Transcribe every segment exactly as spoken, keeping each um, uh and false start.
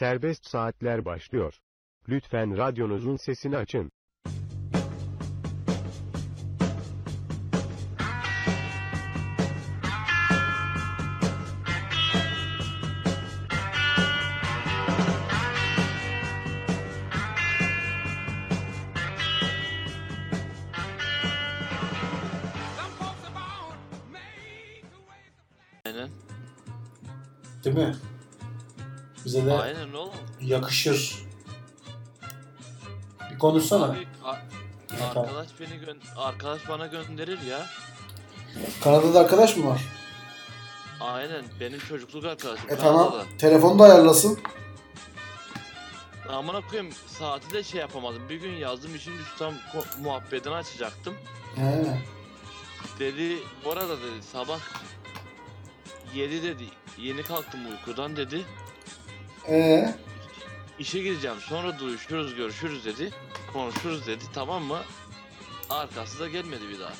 Serbest saatler başlıyor. Lütfen radyonuzun sesini açın. Aynen. Değil mi? Bize de Aynen oğlum. yakışır. Bir konuşsana. Abi, a- arkadaş beni gö arkadaş bana gönderir ya. Kanada'da arkadaş mı var? Aynen benim çocukluk arkadaşım. E tamam. Kanada'da. Telefonu da ayarlasın. Amına koyayım saati de şey yapamadım. Bir gün yazdım işin düştü tam muhabbetini açacaktım. He. Dedi bu arada dedi sabah yedi dedi. Yeni kalktım uykudan dedi. Ee, İşe gireceğim sonra duyuşuruz görüşürüz dedi. Konuşuruz dedi tamam mı? Arkası da gelmedi bir daha.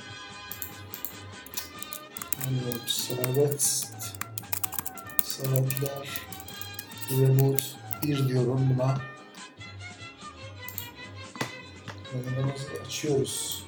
anlıyorum. Serbest saatler remote bir diyorum buna. Yayınımızı açıyoruz.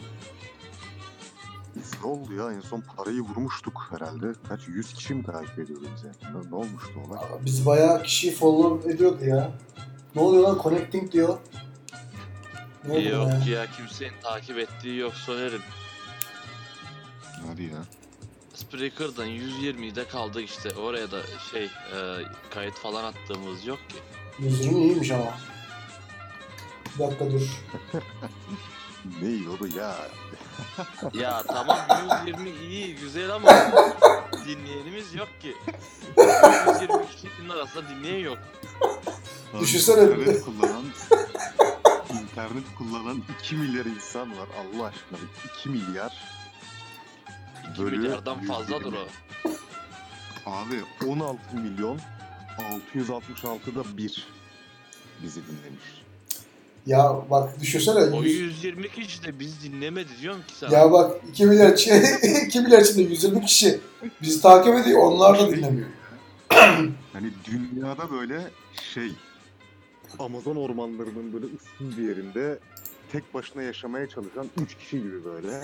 Ne oldu ya? En son parayı vurmuştuk herhalde. Kaç? yüz kişi mi takip ediyordu bize? Ne, ne olmuştu ona? Aa, Biz bayağı kişiyi follow ediyordu ya. Ne oluyor lan? Connecting diyor. Ne oldu Yok buna ya? ya kimsenin takip ettiği yok Soner'im. Hadi ya. Spreaker'dan yüz yirmide kaldık işte oraya da şey e, kayıt falan attığımız yok ki. yüz yirmi iyiymiş ama. Bir dakika dur. Ne yiyordu ya? Ya tamam yüz yirmi iyi güzel ama dinleyenimiz yok ki. yüz yirmi kişinin arasında dinleyen yok. Düşünsene. İnternet kullanan, internet kullanan iki milyar insan var Allah aşkına. iki milyar. iki Bölü milyardan yüz fazladır yirmi. o. Abi on altı milyon altı yüz altmış altıda bir bizi dinlemiş. Ya bak düşünsene. O yüz- yüz yirmi kişi de biz dinlemedi diyorum ki sana. Ya bak iki milyar, şey, iki milyar içinde yüz yirmi kişi bizi takip ediyor. Onlar da dinlemiyor. Hani dünyada böyle şey Amazon ormanlarının böyle ıssız bir yerinde tek başına yaşamaya çalışan üç kişi gibi böyle.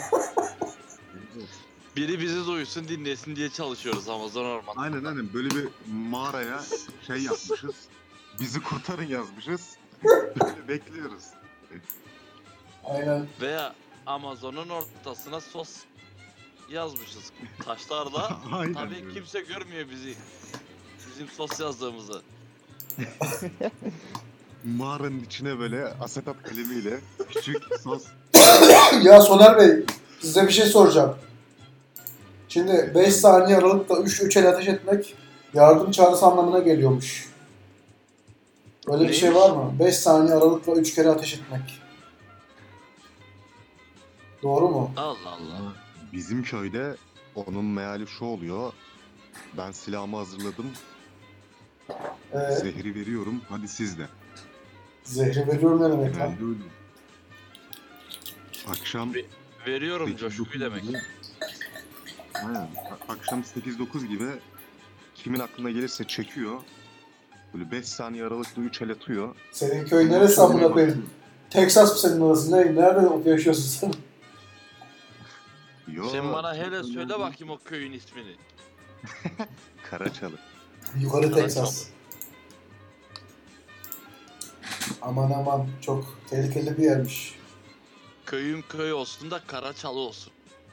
Biri bizi duysun dinlesin diye çalışıyoruz Amazon ormanında. Aynen aynen böyle bir mağaraya şey yapmışız. Bizi kurtarın yazmışız. Böyle bekliyoruz. Aynen. Veya Amazon'un ortasına sos yazmışız taşlarla. Aynen Tabii öyle. kimse görmüyor bizi. Bizim sos yazdığımızı. Mağaranın içine böyle asetat kalemiyle küçük sos. Ya Soner Bey, size bir şey soracağım. Şimdi beş saniye aralıkla üç üç el ateş etmek yardım çağrısı anlamına geliyormuş. Öyle bir Neymiş? şey var mı? beş saniye aralıkla üç kere ateş etmek. Doğru mu? Allah Allah. Bizim köyde onun meali şu oluyor. Ben silahımı hazırladım. Ee, Zehri veriyorum. Hadi siz de. zehri veriyorum ne demek lan? Herhalde öyle. Akşam Ve- Veriyorum sekiz coşkuyu dokuz demek. gibi- Aynen. A- Akşam sekiz dokuz gibi kimin aklına gelirse çekiyor. Böyle beş saniye aralıklı üç el atıyor. Senin köy neresi amına koyayım? Texas mı senin orası? Ne? Nerede yaşıyorsun sen? Yo, Sen bana hele söyle bakayım o köyün ismini. Karaçalı. Yukarı Karaçalı. Texas. Aman aman çok tehlikeli bir yermiş. Köyüm köy olsun da Karaçalı olsun.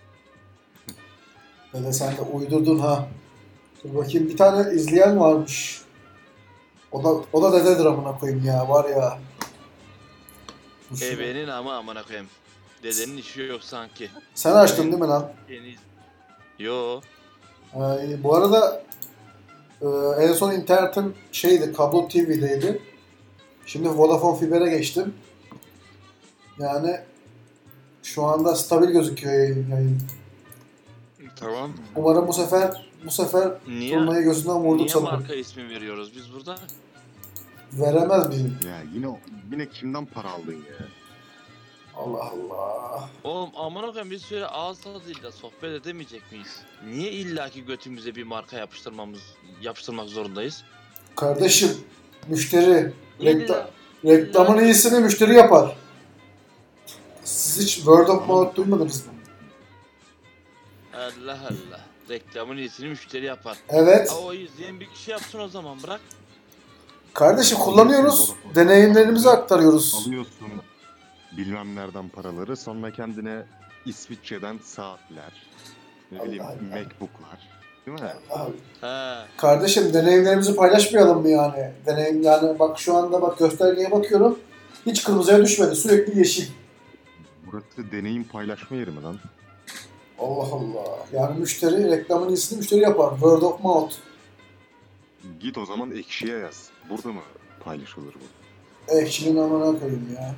Böyle sen de uydurdun ha. Dur bakayım bir tane izleyen varmış. O da o da dededir amına koyayım ya var ya. Dur şuna. Ebenin ama amına koyayım. Dedenin işi yok sanki. Sen açtın değil mi lan? Yeni... Yo. Ee, bu arada e, en son internetim şeydi, kablo T V'deydi. Şimdi Vodafone Fiber'e geçtim. Yani şu anda stabil gözüküyor yayın. yayın. Tamam. Umarım bu sefer bu sefer Niye? turnayı gözünden vurduk Niye sanırım. marka ismi veriyoruz biz burada? Veremez miyim? Ya yine yine kimden para aldın ya? Allah Allah. Oğlum amına koyayım biz şöyle ağız tadıyla sohbet edemeyecek miyiz? Niye illaki götümüze bir marka yapıştırmamız yapıştırmak zorundayız? Kardeşim Müşteri. Neydi Rekla- ya? reklamın iyisini müşteri yapar. Siz hiç word of mouth duymadınız mı? Allah Allah. Reklamın iyisini müşteri yapar. Evet. Ha, o izleyen bir kişi yapsın o zaman, bırak. Kardeşim kullanıyoruz. Deneyimlerimizi aktarıyoruz. Alıyorsun bilmem nereden paraları, sonra kendine İsviçre'den saatler, ne Allah bileyim Allah. MacBook'lar, değil mi? Abi, He. kardeşim deneyimlerimizi paylaşmayalım mı yani? Deneyim yani bak şu anda bak göstergeye bakıyorum. Hiç kırmızıya düşmedi. Sürekli yeşil. Burası deneyim paylaşma yeri mi lan? Allah Allah. Yani müşteri reklamın iyisini müşteri yapar. Word of mouth. Git o zaman Ekşi'ye yaz. Burada mı paylaşılır bu? Ekşinin amına koyayım ya.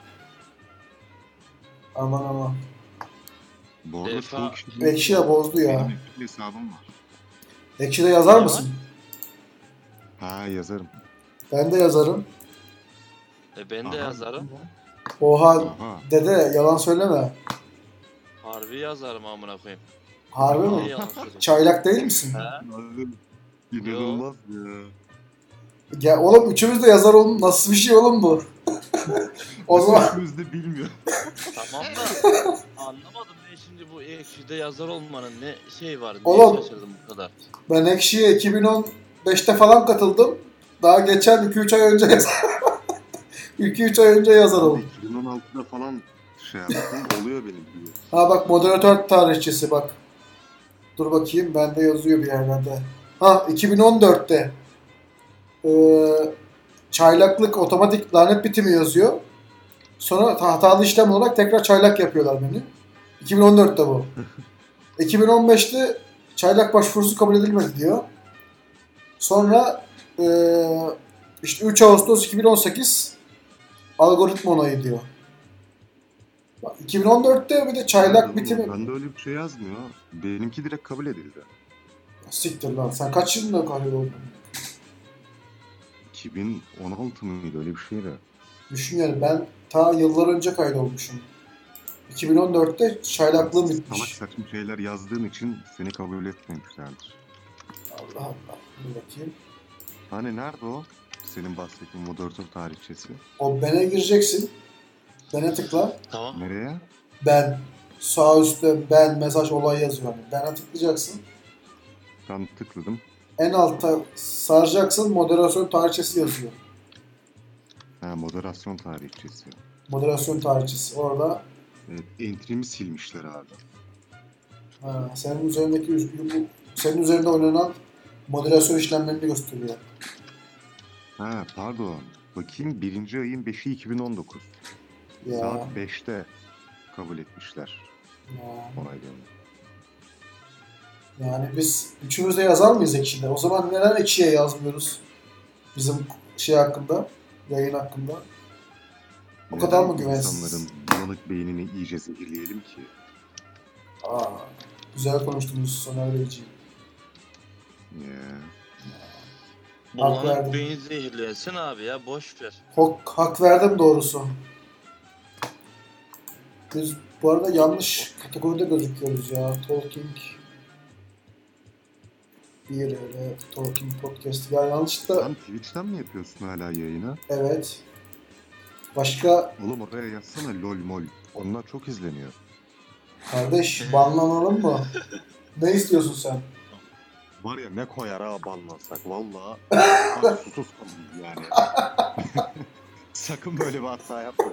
Aman aman. Bu arada Defa- çoğu kişi... Ekşi de bozdu ya. Benim Ekşi hesabım var. Ekşi'de yazar Ne mısın? Ha, yazarım. Ben de yazarım. E ben de Aha. yazarım. Oha Aha. dede yalan söyleme. Harbi yazarım amına koyayım. Harbi Niye mi? yalan söyleyeyim? Çaylak değil misin? He? Abi, İnanılmaz ya. Ya oğlum üçümüz de yazar oğlum. Nasıl bir şey oğlum bu? O zaman Üçümüz de bilmiyor. Tamam da anlamadım ne şimdi bu ekşide yazar olmanın ne şey var, niye Oğlum. şaşırdım bu kadar. ben Ekşi'ye iki bin on beşte falan katıldım. Daha geçen iki üç ay önce yazar. iki üç ay önce yazar oldum. iki bin on altıda falan şey yaptım, oluyor benim gibi. Ha bak moderatör tarihçesi bak. Dur bakayım bende yazıyor bir yerlerde. Ha iki bin on dörtte ee, çaylaklık otomatik lanet bitimi yazıyor. Sonra hatalı işlem olarak tekrar çaylak yapıyorlar beni. iki bin on dörtte bu. iki bin on beşte çaylak başvurusu kabul edilmedi diyor. Sonra ee, işte üç Ağustos iki bin on sekiz algoritma onayı diyor. Bak, iki bin on dörtte bir de çaylak bitimi... Bende öyle bir şey yazmıyor. Benimki direkt kabul edildi. Siktir lan. Sen kaç yılında kaydoldun? iki bin on altı mıydı, öyle bir şeydi. Düşün yani ben ta yıllar önce kaydolmuşum. iki bin on dörtte çaylaklığım Salak bitmiş. saçma şeyler yazdığın için seni kabul etmemişlerdir. Allah Allah. Dur bakayım. Hani nerede o? Senin bahsettiğin moderatör tarihçesi. O bene gireceksin. Bene tıkla. Tamam. Nereye? Ben. Sağ üstte ben mesaj olay yazıyor. Yani. Bene tıklayacaksın. Ben tıkladım. En altta saracaksın. Moderasyon tarihçesi yazıyor. Ha, moderasyon tarihçesi. Moderasyon tarihçesi. Orada Evet, entry'mi silmişler abi. ha, senin üzerindeki bu- senin üzerinde oynanan moderasyon işlemlerini gösteriyor. Ha, pardon. Bakayım, birinci ayın beşi iki bin on dokuz. Ya. Saat beşte kabul etmişler ya. onaylarını. Yani biz üçümüz de yazar mıyız Ekşi'de? O zaman neden Ekşi'ye yazmıyoruz? Bizim şey hakkında, yayın hakkında. O Neden kadar mı güvensiz? İnsanların bulanık beynini iyice zehirleyelim ki? Aa, güzel konuştunuz Soner Beyciğim. Ya. Hak verdim. Bulanık beyin zehirlensin abi ya, boş ver. Hak, hak verdim doğrusu. Biz bu arada yanlış kategoride gözüküyoruz ya. Talking bir öyle Talking Podcast. Ya yanlışlıkla Sen Twitch'ten mi yapıyorsun hala yayını? evet. Başka Oğlum oraya yazsana lol mol. Onlar çok izleniyor. kardeş banlanalım mı? Ne istiyorsun sen? Var ya, ne koyar ha banlansak valla. Bak, susuz kalın yani. Sakın böyle bir hata yapma.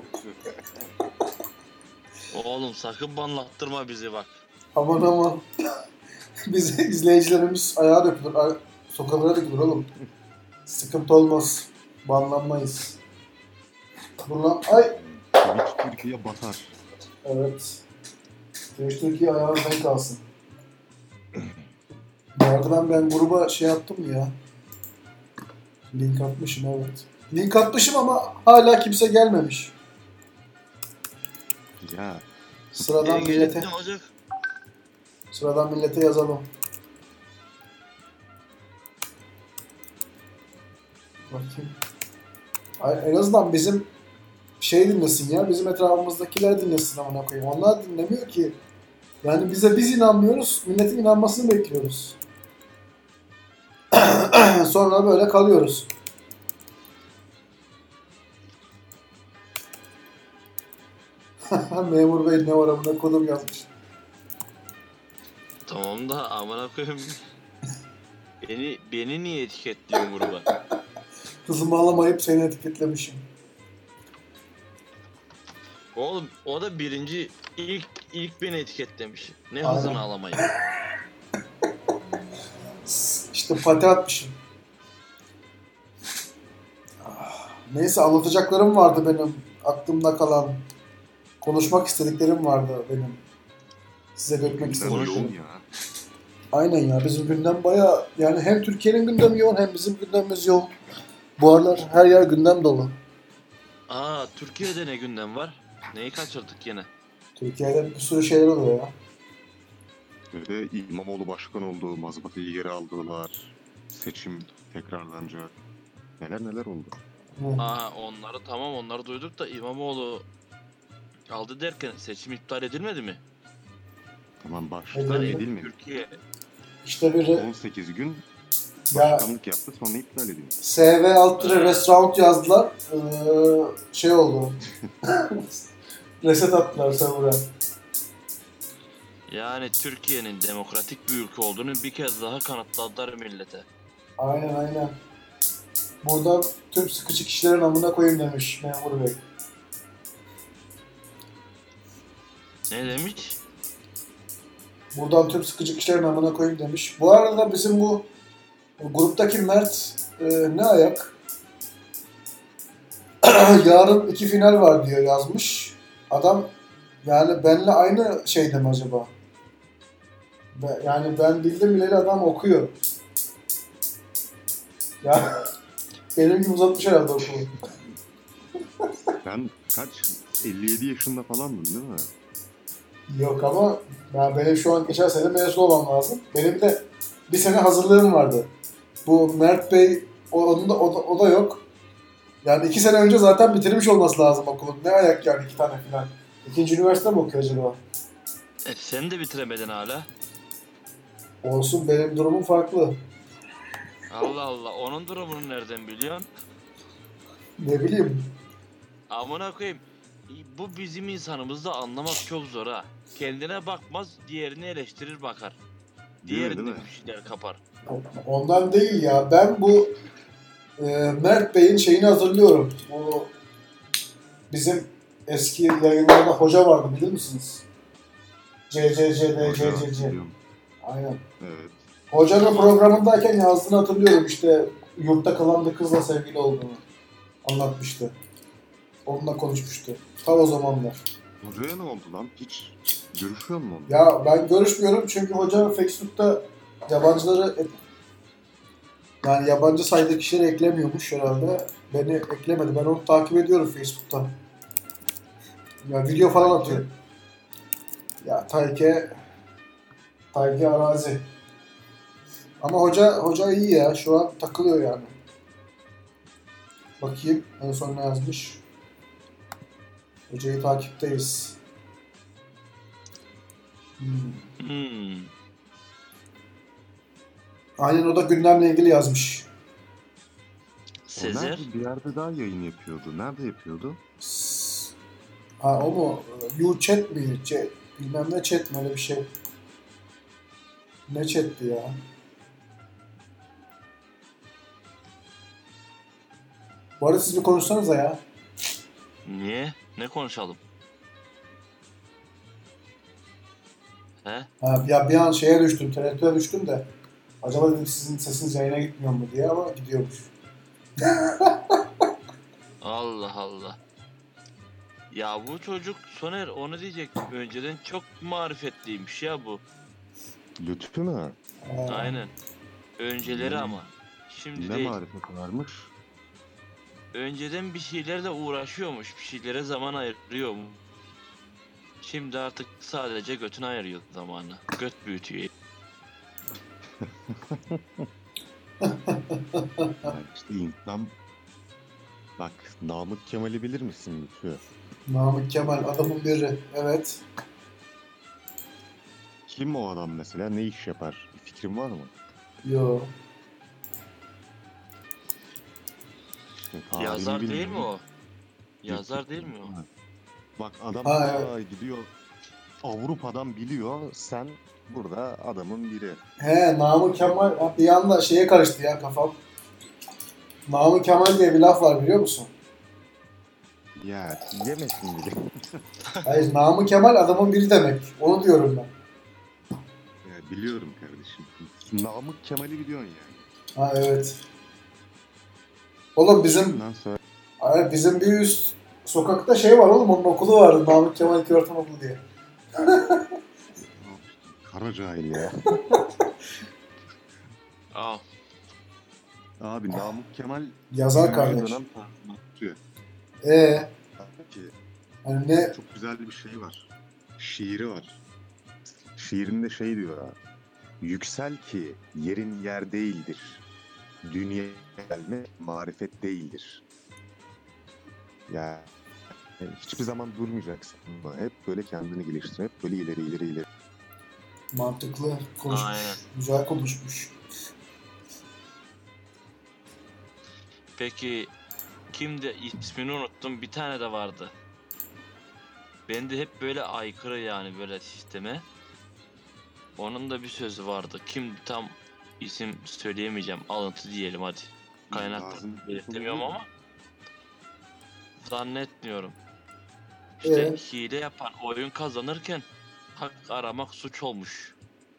Oğlum sakın banlattırma bizi bak. Aman aman. Biz izleyicilerimiz ayağa dökülür. ay- Sokaklara dökülür oğlum. Sıkıntı olmaz. Banlanmayız. Buradan ay. Twitch Türkiye batar. Evet. Twitch Türkiye ayağına denk alsın. Bu arada ben, ben gruba şey yaptım ya. Link atmışım evet. Link atmışım ama hala kimse gelmemiş. Ya Sıradan İyi millete, gittim hocam. sıradan millete yazalım. Bakayım. Ay, en azından bizim şey dinlesin ya, bizim etrafımızdakiler dinlesin amına koyayım. Onlar dinlemiyor ki. Yani bize biz inanmıyoruz, milletin inanmasını bekliyoruz. Sonra böyle kalıyoruz. Memur bey ne var amına kodum yazmış. Tamam da amına koyayım. Beni beni niye etiketliyorsun gruba? Kızımı alamayıp seni etiketlemişim. Oğlum o da birinci ilk ilk beni etiketlemiş. Ne Aynen. hızını alamayım. İşte pati atmışım. Ah, neyse anlatacaklarım vardı benim. Aklımda kalan. Konuşmak istediklerim vardı benim. Size dökmek Gündem istediklerim. yoğun ya. Aynen ya bizim gündem baya yani hem Türkiye'nin gündemi yoğun hem bizim gündemimiz yoğun. Bu aralar her yer gündem dolu. Aa Türkiye'de ne gündem var? Neyi kaçırdık yine? Türkiye'de bir sürü şeyler oluyor ya. Böyle İmamoğlu başkan oldu, mazbatayı geri aldılar. Seçim tekrarlanacak. Neler neler oldu. Hı. Aa onları tamam onları duyduk da İmamoğlu aldı derken seçim iptal edilmedi mi? Tamam başta Edildi. edilmedi. Türkiye İşte bir on sekiz gün ya başkanlık yaptı sonra iptal edildi. S V alt tire restaurant yazdılar. Ee, şey oldu. Reset attılar server'a. yani Türkiye'nin demokratik bir ülke olduğunu bir kez daha kanıtladılar millete. Aynen aynen. Buradan tüm sıkıcı kişilerin amına koyayım demiş memur bey. Ne demiş? Buradan tüm sıkıcı kişilerin amına koyayım demiş. Bu arada bizim bu gruptaki Mert e, ne ayak? Yarın iki final var diyor yazmış. Adam yani benle aynı şeyde mi acaba? Be- yani ben bildim bileli adam okuyor. Ya benim gibi uzatmış herhalde okulu. Sen kaç? elli yedi yaşında falandın değil mi? Yok ama ya benim şu an geçen sene mezun olmam lazım. Benim de bir sene hazırlığım vardı. Bu Mert Bey o- onun da, o, da, o da yok. Yani iki sene önce zaten bitirmiş olması lazım okulun. Ne ayak yani iki tane falan. İkinci üniversite mi okuyor acaba? E, sen de bitiremedin hala. Olsun benim durumum farklı. Allah Allah onun durumunu nereden biliyorsun? Ne bileyim. Amına koyayım. Bu bizim insanımızda anlamak çok zor ha. Kendine bakmaz, diğerini eleştirir bakar. Değil mi, Diğerinde değil mi? bir şeyler kapar. Ondan değil ya. Ben bu e, Mert Bey'in şeyini hazırlıyorum. O bizim eski yayınlarda hoca vardı bilir misiniz? C C C D C C C. Biliyorum. Aynen. Evet. Hocanın programındayken yazdığını hatırlıyorum işte yurtta kalan bir kızla sevgili olduğunu anlatmıştı. Onunla konuşmuştu. Ta o zamanlar. Hocaya ne oldu lan? Hiç görüşüyor musun onunla? Ya ben görüşmüyorum çünkü hoca Facebook'ta yabancıları ek- yani yabancı saydığı kişileri eklemiyormuş herhalde. Beni eklemedi. Ben onu takip ediyorum Facebook'ta. Ya video falan atıyor. Ya Tayke Tayke Arazi. Ama hoca hoca iyi ya. Şu an takılıyor yani. Bakayım en son ne yazmış. Hocayı takipteyiz. Hmm. Hmm. Aynen o da gündemle ilgili yazmış. O Sezer. nerede? Bir yerde daha yayın yapıyordu. Nerede yapıyordu? S- Ha o mu? You chat mi? Chat. Bilmem ne chat mi öyle bir şey. Ne chat'ti ya? Bu arada siz bir konuşsanıza ya. Niye? Ne konuşalım? He? Ha, ya bir an şeye düştüm, tereddüte düştüm de. Acaba dedim sizin sesiniz yayına gitmiyor mu diye ama gidiyormuş. Allah Allah. Ya bu çocuk Soner onu diyecektim. Önceden çok marifetliymiş ya bu. Lütfü mü? Ha, Aynen. Önceleri Hmm. ama. Şimdi Ne değil. marifeti varmış? Önceden bir şeylerle uğraşıyormuş. Bir şeylere zaman ayırıyormuş. Şimdi artık sadece götünü ayırıyor zamanı. Göt büyütüyor. Yani işte insan... Bak Namık Kemal'i bilir misin Lütfü? Namık Kemal adamın biri. Evet. Kim o adam mesela? Ne iş yapar? Bir fikrin var mı? Yo. İşte tarihini Yazar değil mi bilmiyorum. o? Yazar değil mi o? Bak adam Ha, ta gidiyor Avrupa'dan biliyor, sen burada adamın biri. He, Namık Kemal bir anda şeye karıştı ya kafam. Namık Kemal diye bir laf var biliyor musun? Ya yeme şimdi. Hayır, Namık Kemal adamın biri demek. Onu diyorum ben. Ya, biliyorum kardeşim. Namık Kemal'i biliyorsun yani. Ha evet. Oğlum bizim Ondan sonra Hayır, bizim bir üst sokakta şey var oğlum, onun okulu vardı. Namık Kemal Köğretmen Okulu diye. kara cahil ya. Al. Abi Namık Kemal Yazar birinci kardeş. dönem tarihçi. Ee, Ki hani ne? çok güzel bir şey var. Şiiri var. Şiirinde şey diyor ha. Yüksel ki yerin yer değildir. Dünya gelmek marifet değildir. Ya yani hiçbir zaman durmayacaksın. Hep böyle kendini geliştir. Hep böyle ileri ileri ileri. Mantıklı konuşmuş. Aynen. Güzel konuşmuş. Peki kimdi, ismini unuttum, bir tane de vardı. Ben de hep böyle aykırı yani böyle sisteme. Onun da bir sözü vardı. Kim tam isim söyleyemeyeceğim. Alıntı diyelim hadi. Kaynak Lazım. belirtemiyorum ama zannetmiyorum. İşte Ee? hile yapan oyun kazanırken hak aramak suç olmuş.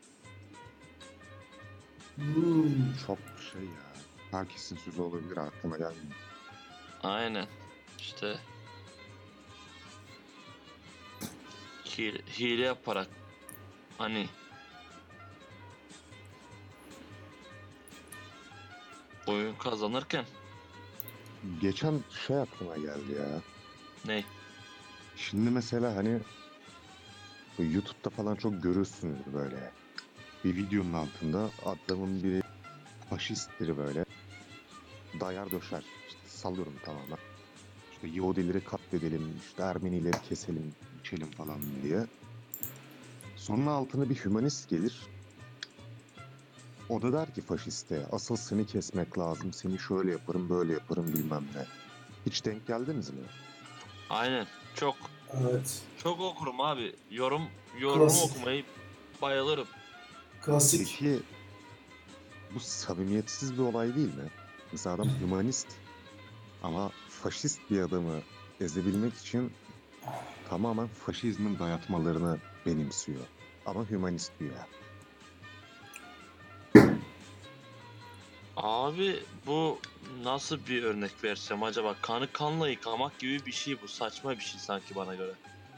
Hmm. Çok şey ya. Herkesin sözü olabilir, aklıma gelmiyor. Aynen. İşte hile, hile yaparak hani oyun kazanırken Geçen şey aklıma geldi ya. ne? Şimdi mesela hani bu YouTube'da falan çok görürsünüz böyle. Bir videonun altında adamın biri faşistleri böyle dayar döşer. İşte sallıyorum tamamen. İşte Yahudileri katledelim, işte Ermenileri keselim, içelim falan diye. Sonra altına bir hümanist gelir. O da der ki faşiste, asıl seni kesmek lazım, seni şöyle yaparım, böyle yaparım bilmem ne. Hiç denk geldiniz mi? Aynen. Çok Evet. çok okurum abi. Yorum yorum Klasik. okumayı bayılırım. Klasik. Peki bu samimiyetsiz bir olay değil mi? Mesela adam hümanist ama faşist bir adamı ezebilmek için tamamen faşizmin dayatmalarını benimsiyor. Ama hümanist diyor. Abi bu nasıl bir örnek versem acaba? Kanı kanla yıkamak gibi bir şey bu. Saçma bir şey sanki bana göre.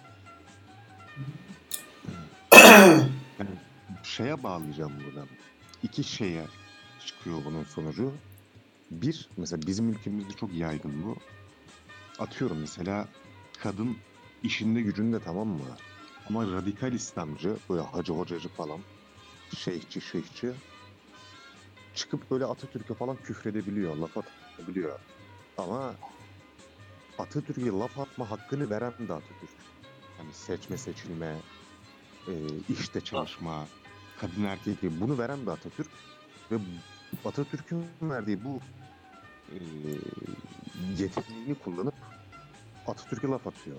Yani şeye bağlayacağım buradan. İki şeye çıkıyor bunun sonucu. Bir, mesela bizim ülkemizde çok yaygın bu. Atıyorum mesela kadın işinde gücünde, tamam mı? Ama radikal İslamcı, böyle hacı hocacı falan, şeyhçi şeyhçi çıkıp böyle Atatürk'e falan küfredebiliyor, laf atabiliyor. Ama Atatürk'e laf atma hakkını veren de Atatürk. Hani seçme seçilme, e, işte çalışma, kadın erkek gibi bunu veren de Atatürk. Ve Atatürk'ün verdiği bu e, yeteneğini kullanıp Atatürk'e laf atıyor.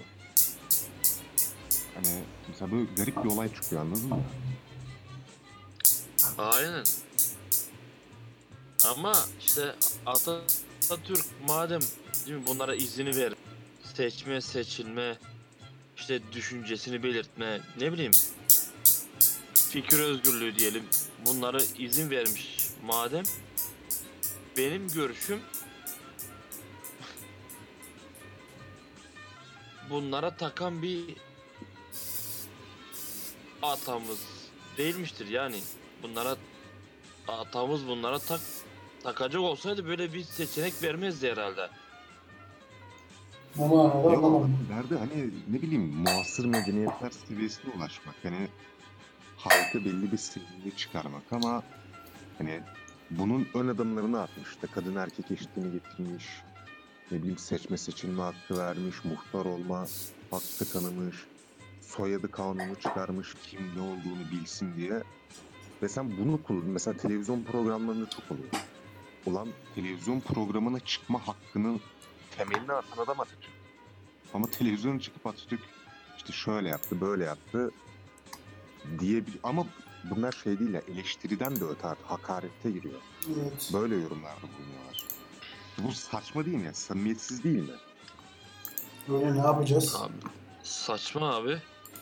Hani mesela böyle garip bir olay çıkıyor, anladın mı? Aynen. Ama işte Atatürk madem değil mi, bunlara izini ver. Seçme, seçilme, işte düşüncesini belirtme, ne bileyim fikir özgürlüğü diyelim. Bunlara izin vermiş madem, benim görüşüm bunlara takan bir atamız değilmiştir yani. Bunlara atamız bunlara tak takacak olsaydı böyle bir seçenek vermezdi herhalde. Ne manada Yok, anlamadım. derdi hani ne bileyim muasır medeniyetler seviyesine ulaşmak. Hani halkı belli bir seviyeye çıkarmak ama hani bunun ön adımlarını atmış. İşte kadın erkek eşitliğini getirmiş. Ne bileyim seçme seçilme hakkı vermiş. Muhtar olma hakkı tanımış. Soyadı kanunu çıkarmış. Kim ne olduğunu bilsin diye. Ve sen bunu kullan. Mesela televizyon programlarında çok oluyor. Ulan televizyon programına çıkma hakkının temelini atan adam Atatürk. Ama televizyona çıkıp Atatürk işte şöyle yaptı, böyle yaptı diyebil ama bunlar şey değil ya, eleştiriden de öte artık hakarete giriyor. Evet. Böyle yorumlarda bulunuyorlar. Bu saçma değil mi ya? Samimiyetsiz değil mi? Böyle ne yapacağız? Abi saçma abi.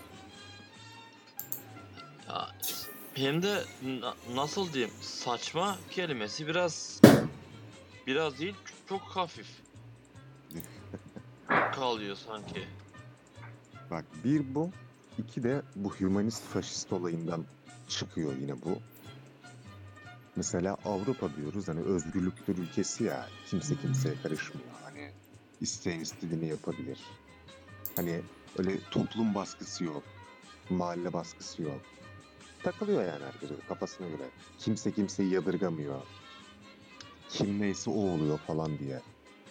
Ya, hem de na- nasıl diyeyim, saçma kelimesi biraz biraz değil, çok hafif kalıyor sanki. Bak bir bu, iki de bu hümanist faşist olayından çıkıyor yine bu. Mesela Avrupa diyoruz hani özgürlüktür ülkesi ya, kimse kimseye karışmıyor. Hani isteyen istediğini yapabilir. Hani öyle toplum baskısı yok, mahalle baskısı yok. Takılıyor yani herkes öyle kafasına göre. Kimse kimseyi yadırgamıyor. Kim neyse o oluyor falan diye.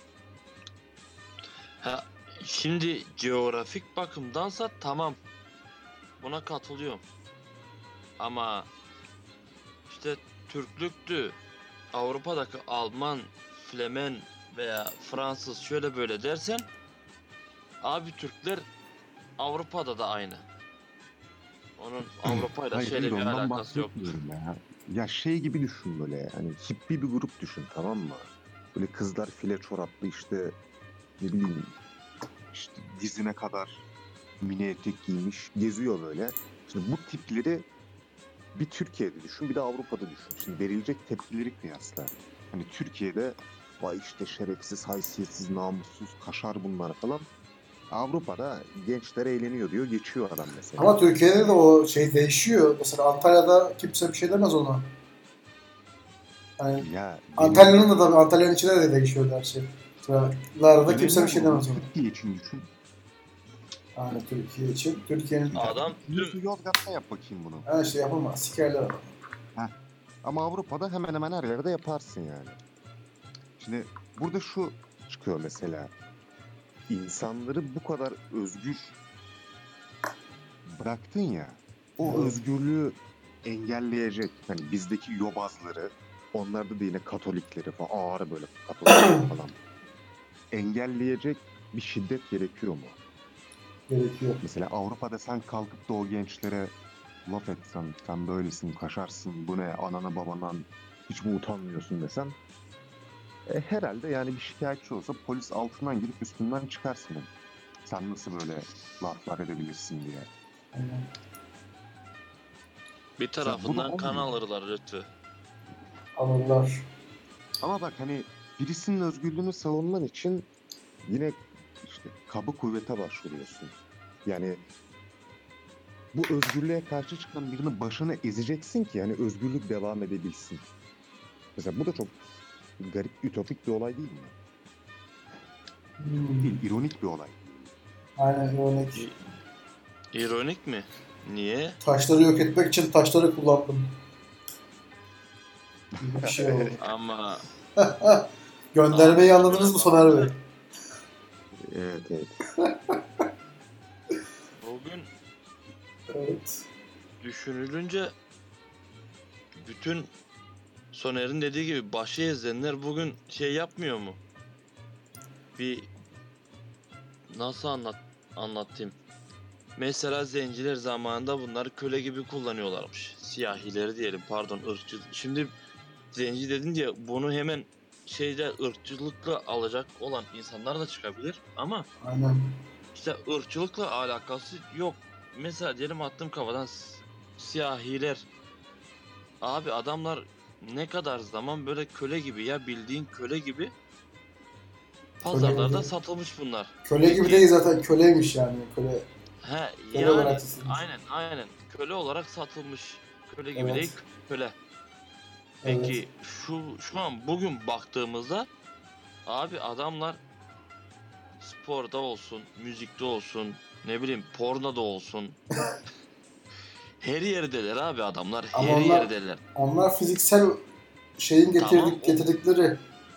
Ha, şimdi coğrafik bakımdansa tamam, buna katılıyorum. Ama işte Türklüktü, Avrupa'daki Alman, Flemen veya Fransız şöyle böyle dersen, abi Türkler Avrupa'da da aynı. Onun Avrupa'yla Hayır hayır şeyle bir ondan alakası yoktur. bahsetmiyorum ya. Ya şey gibi düşün böyle hani hippie bir grup düşün, tamam mı? Böyle kızlar file çoraplı işte ne bileyim işte dizine kadar mini etek giymiş geziyor böyle. Şimdi bu tipleri bir Türkiye'de düşün bir de Avrupa'da düşün. Şimdi verilecek tepkileri kıyasla. Hani Türkiye'de vay işte şerefsiz, haysiyetsiz, namussuz, kaşar bunlar falan. Avrupa'da gençler eğleniyor diyor geçiyor adam mesela. Ama Türkiye'de de o şey değişiyor. Mesela Antalya'da kimse bir şey demez ona. Yani Ya benim Antalya'nın da tabii Antalya'nın içinde de değişiyor her şey. Mesela Lara'da kimse bir önemli şey ama bunu demez ona. Türkiye için düşün. Yani Türkiye için. Türkiye'nin Şimdi Adam tüm Yo- Yozgat'ta yap bakayım bunu. her şey yapamaz. Sikerler adamı. Heh. Ama Avrupa'da hemen hemen her yerde yaparsın yani. Şimdi burada şu çıkıyor mesela. İnsanları bu kadar özgür bıraktın ya. O Evet. özgürlüğü engelleyecek. Hani bizdeki yobazları, onlarda da yine Katolikleri falan ağır böyle Katolikleri falan engelleyecek bir şiddet gerekiyor mu? Gerekiyor. Mesela Avrupa'da sen kalkıp da o gençlere laf etsen, sen böylesin, kaşarsın, bu ne, anana babadan hiç mi utanmıyorsun desen, e, herhalde yani bir şikayetçi olsa polis altından girip üstünden çıkar senin. Sen nasıl böyle laflar edebilirsin diye. Aynen. bir Mesela bu da tarafından kan olmuyor. alırlar Lütfü. Alırlar. Ama bak hani birisinin özgürlüğünü savunman için yine işte kaba kuvvete başvuruyorsun. Yani bu özgürlüğe karşı çıkan birinin başını ezeceksin ki yani özgürlük devam edebilsin. Mesela bu da çok garip, ütopik bir olay değil mi? Hmm. Değil, ironik bir olay. Aynen örnek. İ- İronik mi? Niye? Taşları yok etmek için taşları kullandım. Gibi bir şey oldu. Ama Göndermeyi abi anladınız şöyle mı Soner Bey? bakınca Evet, evet. bugün Evet. düşünülünce bütün Soner'in dediği gibi başı ezenler bugün şey yapmıyor mu? Bir nasıl anlat anlatayım? Mesela zenciler zamanında bunları köle gibi kullanıyorlarmış. Siyahileri diyelim, pardon, ırkçı. Şimdi zenci dedince bunu hemen şeyde ırkçılıkla alacak olan insanlar da çıkabilir. Ama Aynen. işte ırkçılıkla alakası yok. Mesela diyelim attığım kafadan s- siyahiler. Abi adamlar ne kadar zaman böyle köle gibi, ya bildiğin köle gibi Köle pazarlarda gibi. satılmış bunlar. Köle gibi Peki değil zaten. Köleymiş yani. Köle, he köle olarak yani satılmış. aynen aynen köle olarak satılmış. Köle gibi değil, Evet. köle. Evet. Peki şu şu an bugün baktığımızda abi adamlar sporda olsun, müzikte olsun, ne bileyim pornoda olsun. Her yerdeler abi adamlar, Ama her onlar yerdeler. onlar fiziksel şeyin Tamam getirdik o getirdikleri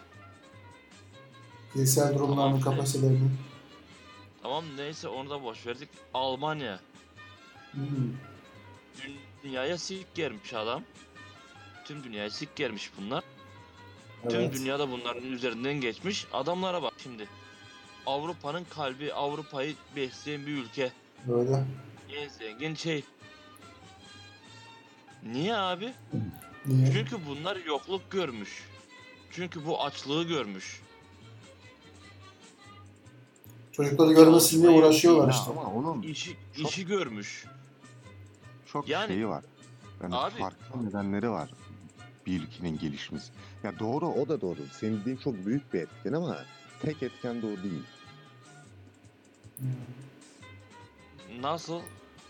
fiziksel tamam durumlarını, işte. kapasitelerini. Tamam neyse onu da boş verdik. Almanya Hmm. dünyaya sik germiş adam. Tüm dünyaya sik germiş bunlar. Tüm Evet. dünyada bunların üzerinden geçmiş. Adamlara bak şimdi. Avrupa'nın kalbi, Avrupa'yı besleyen bir ülke. Böyle. En zengin şey. Niye abi? Niye? Çünkü bunlar yokluk görmüş. Çünkü bu açlığı görmüş. Çocukları görmesin diye Çalışmayı, uğraşıyorlar Ya işte. ama onun işi, çok işi görmüş. çok Yani- şeyi var. Yani Abi- farklı nedenleri var bir ülkenin gelişmesi. Ya doğru, o da doğru. Senin dediğin çok büyük bir etken ama tek etken de o değil. Hmm. Nasıl?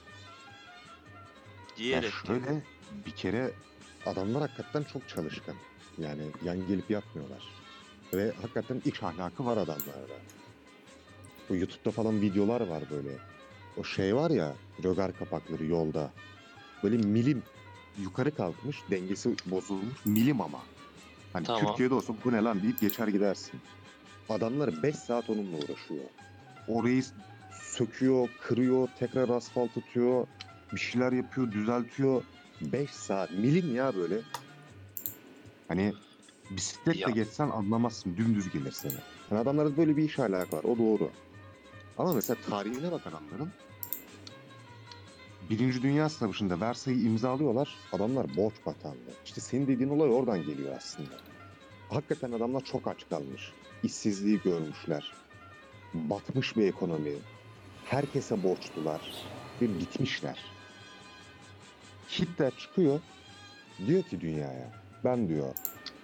Diğer Ya etken. şöyle, bir kere adamlar hakikaten çok çalışkan. Yani yan gelip yapmıyorlar. Ve hakikaten iş ahlakı var adamlarda. Bu YouTube'da falan videolar var böyle. O şey var ya, rögar kapakları yolda. Böyle milim yukarı kalkmış, dengesi bozulmuş, milim ama. Hani Tamam. Türkiye'de olsa bu ne lan deyip geçer gidersin. Adamlar beş saat onunla uğraşıyor. Orayı söküyor, kırıyor, tekrar asfalt atıyor, bir şeyler yapıyor, düzeltiyor. Beş saat, milim ya böyle. Hani bisikletle Ya. geçsen anlamazsın, dümdüz gelir sana. Yani adamlarda böyle bir iş alakası var, o doğru. Ama mesela tarihine bak adamların. Birinci Dünya Savaşı'nda Versay'ı imzalıyorlar. Adamlar borç batağında. İşte senin dediğin olay oradan geliyor aslında. Hakikaten adamlar çok aç kalmış. İşsizliği görmüşler. Batmış bir ekonomi. Herkese borçlular. Ve bitmişler. Hitler çıkıyor. Diyor ki dünyaya. Ben diyor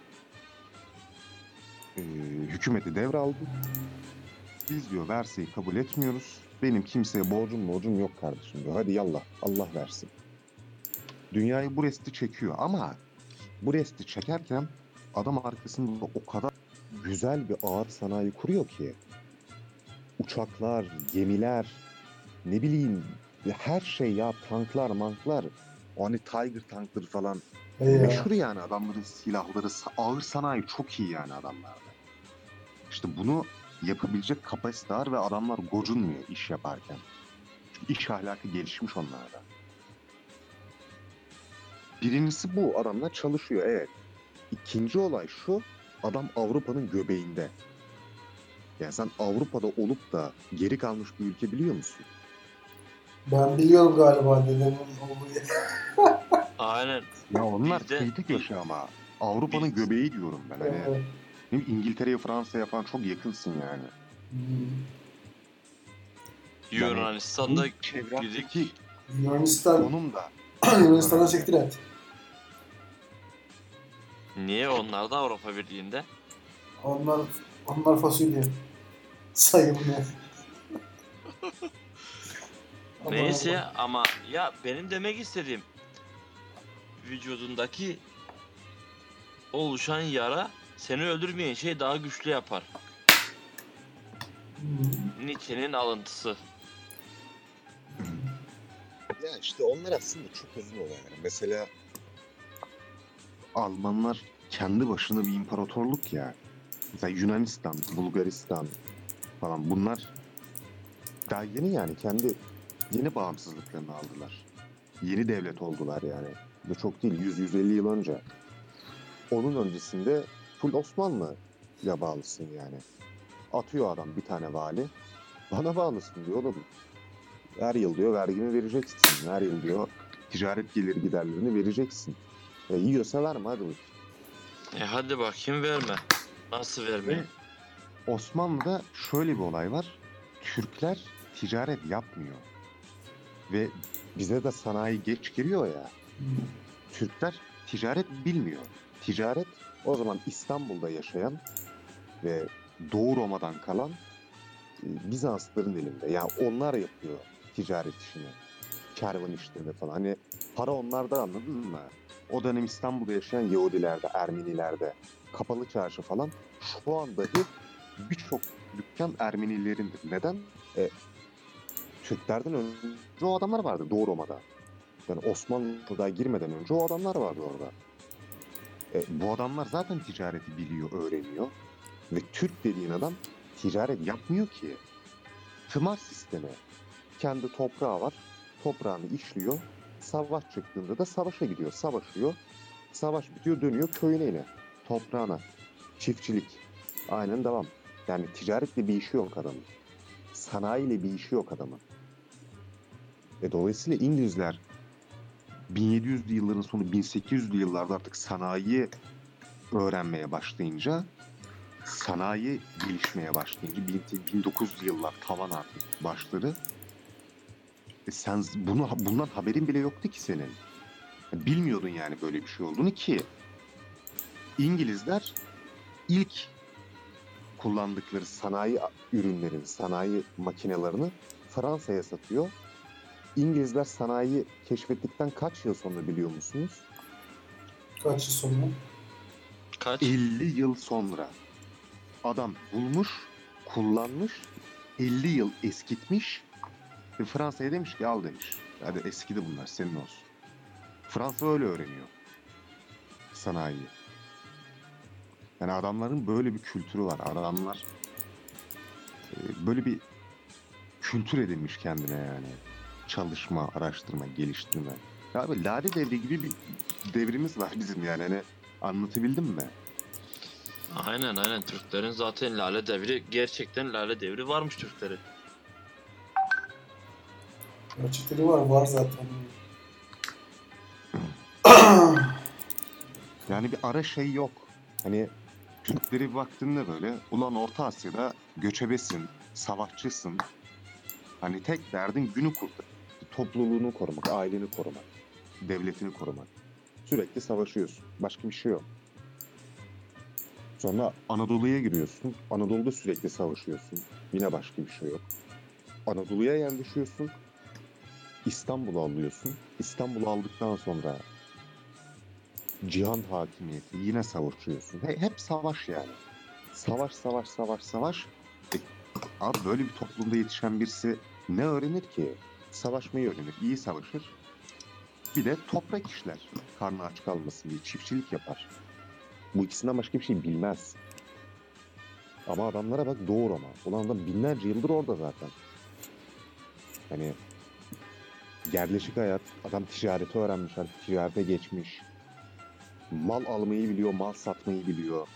e, hükümeti devraldım. Biz diyor Versay'ı kabul etmiyoruz. Benim kimseye borcum borcum yok kardeşim diyor. Hadi yallah Allah versin. Dünyayı bu resti çekiyor ama bu resti çekerken adam arkasında o kadar güzel bir ağır sanayi kuruyor ki uçaklar, gemiler, ne bileyim her şey ya, tanklar, manklar, o hani Tiger tankları falan Hey ya. meşhur yani adamların silahları, sa- ağır sanayi çok iyi yani adamlarda. İşte bunu yapabilecek kapasite var ve adamlar gocunmuyor iş yaparken. Çünkü iş ahlakı gelişmiş onlarda. Birincisi bu, adamlar çalışıyor evet. İkinci olay şu, adam Avrupa'nın göbeğinde. Yani sen Avrupa'da olup da geri kalmış bir ülke biliyor musun? Ben biliyorum galiba dedemin olduğu yeri. Aynen. Ya onlar Bizde- kıyı köşe ama. Avrupa'nın Biz- göbeği diyorum ben. Hani Evet. değil mi? İngiltere'ye, Fransa'ya falan çok yakınsın yani. Hmm. Yani Yunanistan'da bu çevrendeki gidik. Yunanistan, konum da Yunanistan'a önemli. siktir et. Niye onlar da Avrupa Birliği'nde? Onlar, onlar fasulye. Sayılmıyor. Ama Neyse ama ya benim demek istediğim vücudundaki oluşan yara seni öldürmeyen şey daha güçlü yapar. Hmm. Nietzsche'nin alıntısı. Ya işte onlar aslında çok uzun olaylar. Mesela Almanlar kendi başına bir imparatorluk ya. Mesela Yunanistan, Bulgaristan falan bunlar daha yeni yani kendi yeni bağımsızlıklarını aldılar. Yeni devlet oldular yani. Bu çok değil, yüz yüz elli yıl önce. Onun öncesinde full Osmanlı'ya bağlısın yani. Atıyor adam bir tane vali. Bana bağlısın diyor oğlum. Her yıl diyor vergini vereceksin. Her yıl diyor ticaret geliri giderlerini vereceksin. E, yiyorsa verme hadi bakayım. E hadi bakayım verme. Nasıl vermeyeyim? Osmanlı'da şöyle bir olay var. Türkler ticaret yapmıyor. Ve bize de sanayi geç giriyor ya. Hmm. Türkler ticaret bilmiyor. Ticaret o zaman İstanbul'da yaşayan ve Doğu Roma'dan kalan e, Bizansların elinde. Yani onlar yapıyor ticaret işini. Kervan işlerini falan. Hani para onlarda anladın mı? O dönem İstanbul'da yaşayan Yahudilerde, Ermenilerde, Kapalı Çarşı falan şu an dahi birçok dükkan Ermenilerindir. Neden? E, Türklerden önce o adamlar vardı Doğu Roma'da. Yani Osmanlı'da girmeden önce o adamlar vardı orada. E, bu adamlar zaten ticareti biliyor, öğreniyor. Ve Türk dediğin adam ticaret yapmıyor ki. Tımar sistemi. Kendi toprağı var. Toprağını işliyor. Savaş çıktığında da savaşa gidiyor. Savaşıyor. Savaş bitiyor dönüyor köyüne yine. Toprağına. Çiftçilik. Aynen devam. Yani ticaretle bir işi yok adamın. Sanayiyle bir işi yok adamın. E dolayısıyla İngilizler bin yedi yüzlü yılların sonu bin sekiz yüzlü yıllarda artık sanayi öğrenmeye başlayınca, sanayi gelişmeye başlayınca bin dokuz yüzlü yıllar tavan artık başları. E sen bunu bundan haberin bile yoktu ki senin. Bilmiyordun yani böyle bir şey olduğunu ki İngilizler ilk kullandıkları sanayi ürünlerini, sanayi makinelerini Fransa'ya satıyor. İngilizler sanayi keşfettikten kaç yıl sonra biliyor musunuz? Kaç yıl sonra? Kaç? elli yıl sonra. Adam bulmuş, kullanmış, elli yıl eskitmiş ve Fransa'ya demiş ki al demiş. Hadi eskidi bunlar senin olsun. Fransa öyle öğreniyor sanayiyi. Yani adamların böyle bir kültürü var. Adamlar e, böyle bir kültür edinmiş kendine yani. Çalışma, araştırma, geliştirme. Ya abi Lale Devri gibi bir devrimiz var bizim yani. Hani anlatabildim mi? Aynen aynen, Türklerin zaten Lale Devri, gerçekten Lale Devri varmış Türklerin. Gerçekleri var, var zaten. Yani bir ara şey yok. Hani Türkleri baktığında böyle ulan Orta Asya'da göçebesin, savaşçısın. Hani tek derdin günü kurtar. Topluluğunu korumak, aileni korumak, devletini korumak. Sürekli savaşıyorsun. Başka bir şey yok. Sonra Anadolu'ya giriyorsun. Anadolu'da sürekli savaşıyorsun. Yine başka bir şey yok. Anadolu'ya yerleşiyorsun. İstanbul'u alıyorsun. İstanbul'u aldıktan sonra cihan hakimiyeti, yine savaşıyorsun. He- hep savaş yani. Savaş, savaş, savaş, savaş. E, abi böyle bir toplumda yetişen birisi ne öğrenir ki? Savaşmayı öğrenir. İyi savaşır. Bir de toprak işler. Karnı aç kalmasın diye çiftçilik yapar. Bu ikisinden başka bir şey bilmez. Ama adamlara bak doğu Roma. Ulan adam binlerce yıldır orada zaten. Hani yerleşik hayat, adam ticareti öğrenmiş, artık ticarete geçmiş. Mal almayı biliyor, mal satmayı biliyor.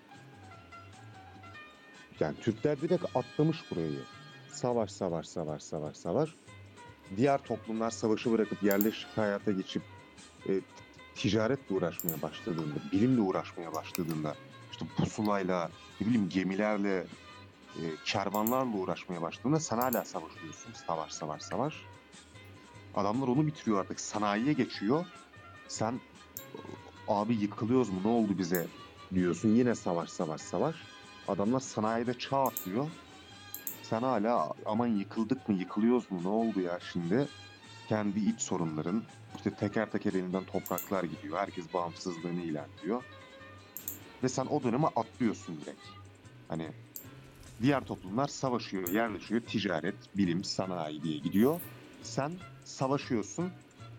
Yani Türkler direkt atlamış burayı. Savaş, savaş, savaş, savaş, savaş. Diğer toplumlar savaşı bırakıp yerleşik hayata geçip e, ticaretle uğraşmaya başladığında, bilimle uğraşmaya başladığında, işte pusulayla, ne bileyim gemilerle, e, kervanlarla uğraşmaya başladığında sen hala savaşıyorsun. Savaş, savaş, savaş. Adamlar onu bitiriyor artık. Sanayiye geçiyor. Sen abi yıkılıyoruz mu ne oldu bize diyorsun. Yine savaş, savaş, savaş. Adamlar sanayide çağ atlıyor. Sen hala aman yıkıldık mı, yıkılıyoruz mu, ne oldu ya şimdi? Kendi iç sorunların, işte teker teker elinden topraklar gidiyor. Herkes bağımsızlığını ilan ediyor. Ve sen o döneme atlıyorsun direkt. Hani diğer toplumlar savaşıyor, yerleşiyor, ticaret, bilim, sanayi diye gidiyor. Sen savaşıyorsun,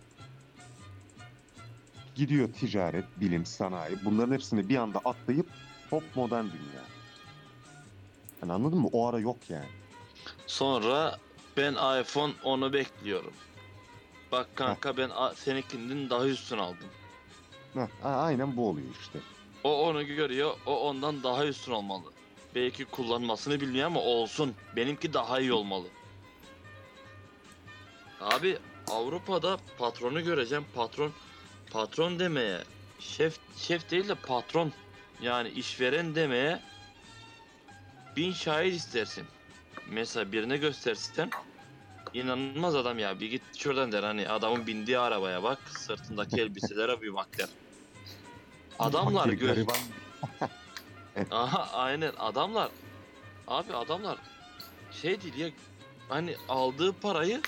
gidiyor ticaret, bilim, sanayi. Bunların hepsini bir anda atlayıp hop modern dünya. Hani anladın mı? O ara yok yani. Sonra ben iPhone onu bekliyorum. Bak Heh, kanka, ben a- seninkinden daha üstün aldım. heh, a- aynen bu oluyor işte. O onu görüyor, o ondan daha üstün olmalı. Belki kullanmasını bilmiyor ama olsun. Benimki daha iyi olmalı. Abi Avrupa'da patronu göreceğim. Patron patron demeye, şef şef değil de patron, yani işveren demeye bin şahit istersin. Mesela birine göstersen inanılmaz adam ya, bir git şuradan der, hani adamın bindiği arabaya bak, sırtındaki elbiselere bir bak der. Adamlar Fakir, göz gariban. aha aynen adamlar, abi adamlar şey değil ya, hani aldığı parayı,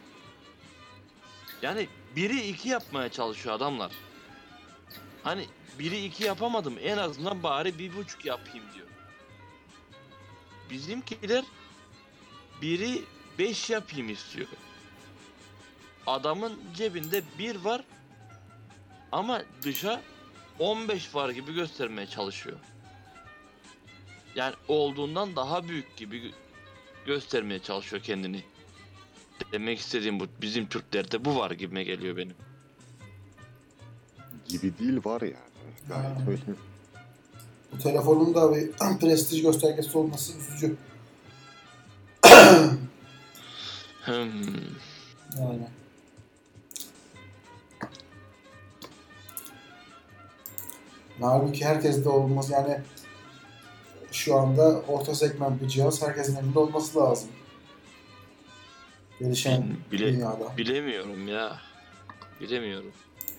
yani biri iki yapmaya çalışıyor adamlar. Hani biri iki yapamadım, en azından bari bir buçuk yapayım diyor. Bizimkiler biri beş yapayım istiyor. Adamın cebinde bir var ama dışa on beş var gibi göstermeye çalışıyor. Yani olduğundan daha büyük gibi gö- göstermeye çalışıyor kendini. Demek istediğim bu. Bizim Türklerde bu var gibime geliyor benim. Gibi değil var yani. Gayet Ha. öyle. Bu telefonun da bir prestij göstergesi olması üzücü. Hmm. Yani. Halbuki herkes de olmaz. Yani şu anda orta segment bir cihaz herkesin elinde olması lazım. Gelişen Bile, dünyada. bilemiyorum ya. Bilemiyorum.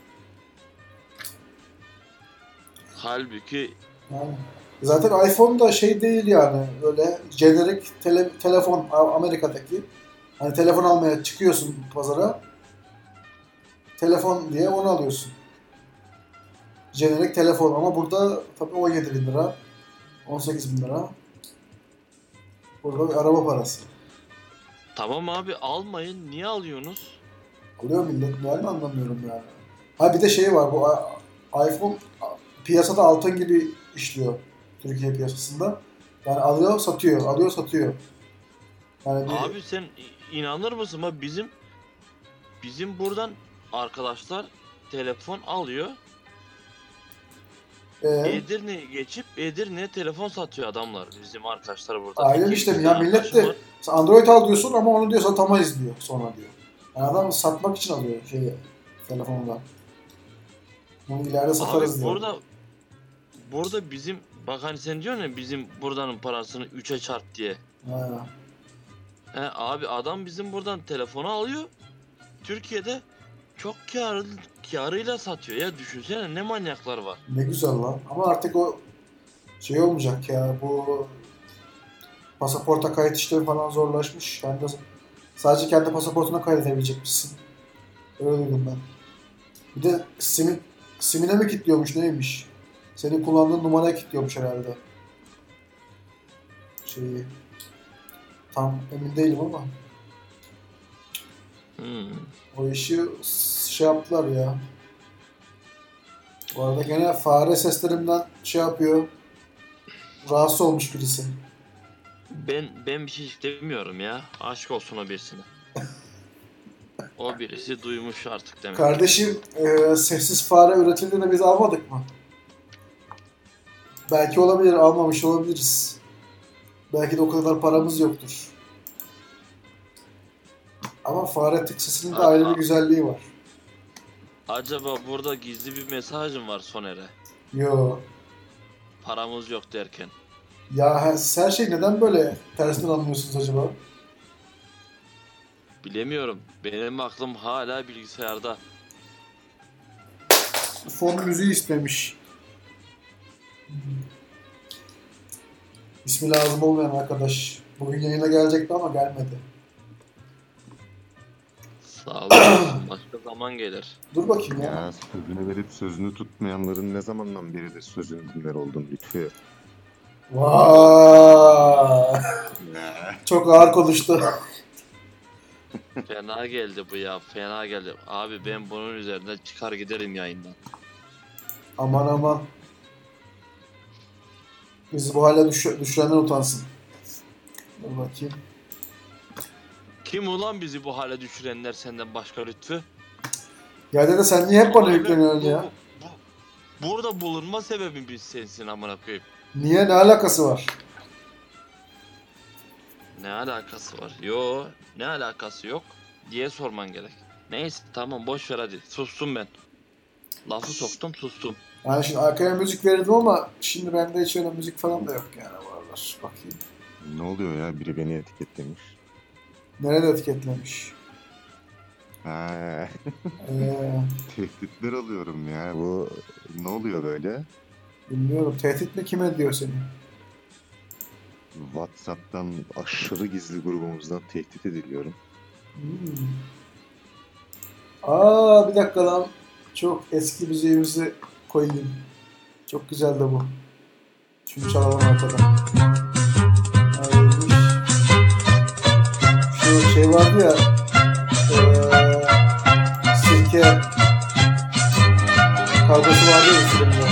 Halbuki Yani. Zaten iPhone da şey değil yani. Öyle jenerik tele, telefon Amerika'daki. Hani telefon almaya çıkıyorsun pazara. Telefon diye onu alıyorsun. Jenerik telefon ama burada tabii on yedi bin lira. on sekiz bin lira. Burada bir araba parası. tamam abi almayın. Niye alıyorsunuz? Alıyor millet. Ben de anlamıyorum yani. Ha bir de şey var. Bu iPhone piyasada altın gibi işliyor. Türkiye piyasasında. Yani alıyor satıyor. Alıyor satıyor. Yani bir, Abi sen inanır mısın? Bak bizim bizim buradan arkadaşlar telefon alıyor. e, Edirne'ye geçip Edirne'ye telefon satıyor adamlar. Bizim arkadaşlar burada. aynen İki- işte. iki Ya tane millet arkadaşım de var. sen Android al diyorsun ama onu diyor satamayız diyor sonra diyor. Yani adam satmak için alıyor şeyi telefonda. Bunu ileride satarız Abi diyor. burada burada bizim bak hani sen diyorsun ya bizim buradanın parasını üçe çarp diye. Ha. He, abi adam bizim buradan telefonu alıyor. Türkiye'de çok kârlı, kârıyla satıyor ya, düşünsene ne manyaklar var. Ne güzel lan. Ama artık o şey olmayacak ya. Bu pasaporta kayıt işlemi falan zorlaşmış. Kendi, sadece kendi pasaportuna kaydedebilecekmişsin. Öyle duydum ben. Bir de simin, simine mi kilitliyormuş neymiş? Senin kullandığın numaraya kilitliyormuş herhalde. Şeyi. Tam emin değilim ama. Hmm. O işi şey yaptılar ya. Bu arada gene fare seslerimden şey yapıyor. Rahatsız olmuş birisi. Ben ben bir şey istemiyorum ya. Aşk olsun o birisine. O birisi duymuş artık demek. Kardeşim e, sessiz fare üretildiğinde biz almadık mı? Belki olabilir, almamış olabiliriz. Belki de o kadar paramız yoktur. Ama fare tık sesinin de Aa. ayrı bir güzelliği var. Acaba burada gizli bir mesajım var Soner'e. Yo. Paramız yok derken. Ya her, her şey neden böyle tersinden anlıyorsunuz acaba? Bilemiyorum. Benim aklım hala bilgisayarda. Fon müziği istemiş. İsmi lazım olmayan arkadaş. Bugün yayına gelecekti ama gelmedi. Sağ olun. Başka zaman gelir. Dur bakayım ya. Ya sözünü verip sözünü tutmayanların ne zamandan beridir sözünü dinler oldun Lütfü? Vay. Çok ağır konuştu. Fena geldi bu ya. Fena geldi. Abi ben bunun üzerinden çıkar giderim yayından. Aman aman. Bizi bu hale düş düşürenden utansın. Dur bakayım. Kim ulan bizi bu hale düşürenler senden başka Lütfü? Ya dede sen niye hep bana Abi, yükleniyorsun bu- ya? bu- bu- Burada bulunma sebebim biz sensin amına koyayım. Niye? Ne alakası var? Ne alakası var? Yo, ne alakası yok diye sorman gerek. Neyse tamam boş ver hadi. Sustum ben. Lafı soktum sustum. Yani şimdi arkaya müzik verirdim ama şimdi bende hiç öyle müzik falan da yok yani varlar. Bakayım. Ne oluyor ya? Biri beni etiketlemiş. Nerede etiketlemiş? Ha, Ee, tehditler alıyorum ya. Bu ne oluyor böyle? bilmiyorum. Tehdit mi kime diyor seni? WhatsApp'tan aşırı gizli grubumuzdan tehdit ediliyorum. Hmm. Aa bir dakika lan. Çok eski müziğimizi koyayım. Çok güzel de bu. Şunu çalalım arkadan. Neymiş? Şu şey vardı ya. Eee sirke kavgası vardı ya filmde.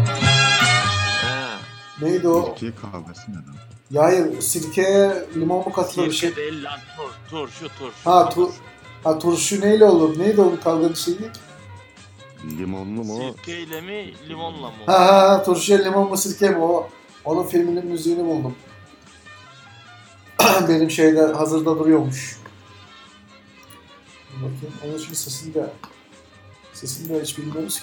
He. Neydi o? Türkiye kavgası ne lan? Ya hayır sirkeye limon mu katılır bir şey? Sirke değil lan tur, turşu turşu. Ha, tu- Ha turşu neyle olur? Neydi onun kavganın şeyi? Limonlu mu? Sirkeyle mi, limonla mı? Ha ha ha, turşuya limon mu sirke mi o? Onun filminin müziğini buldum. Benim şeyde hazırda duruyormuş. Bakayım onun için sesini de sesini de hiç bilmiyoruz ki.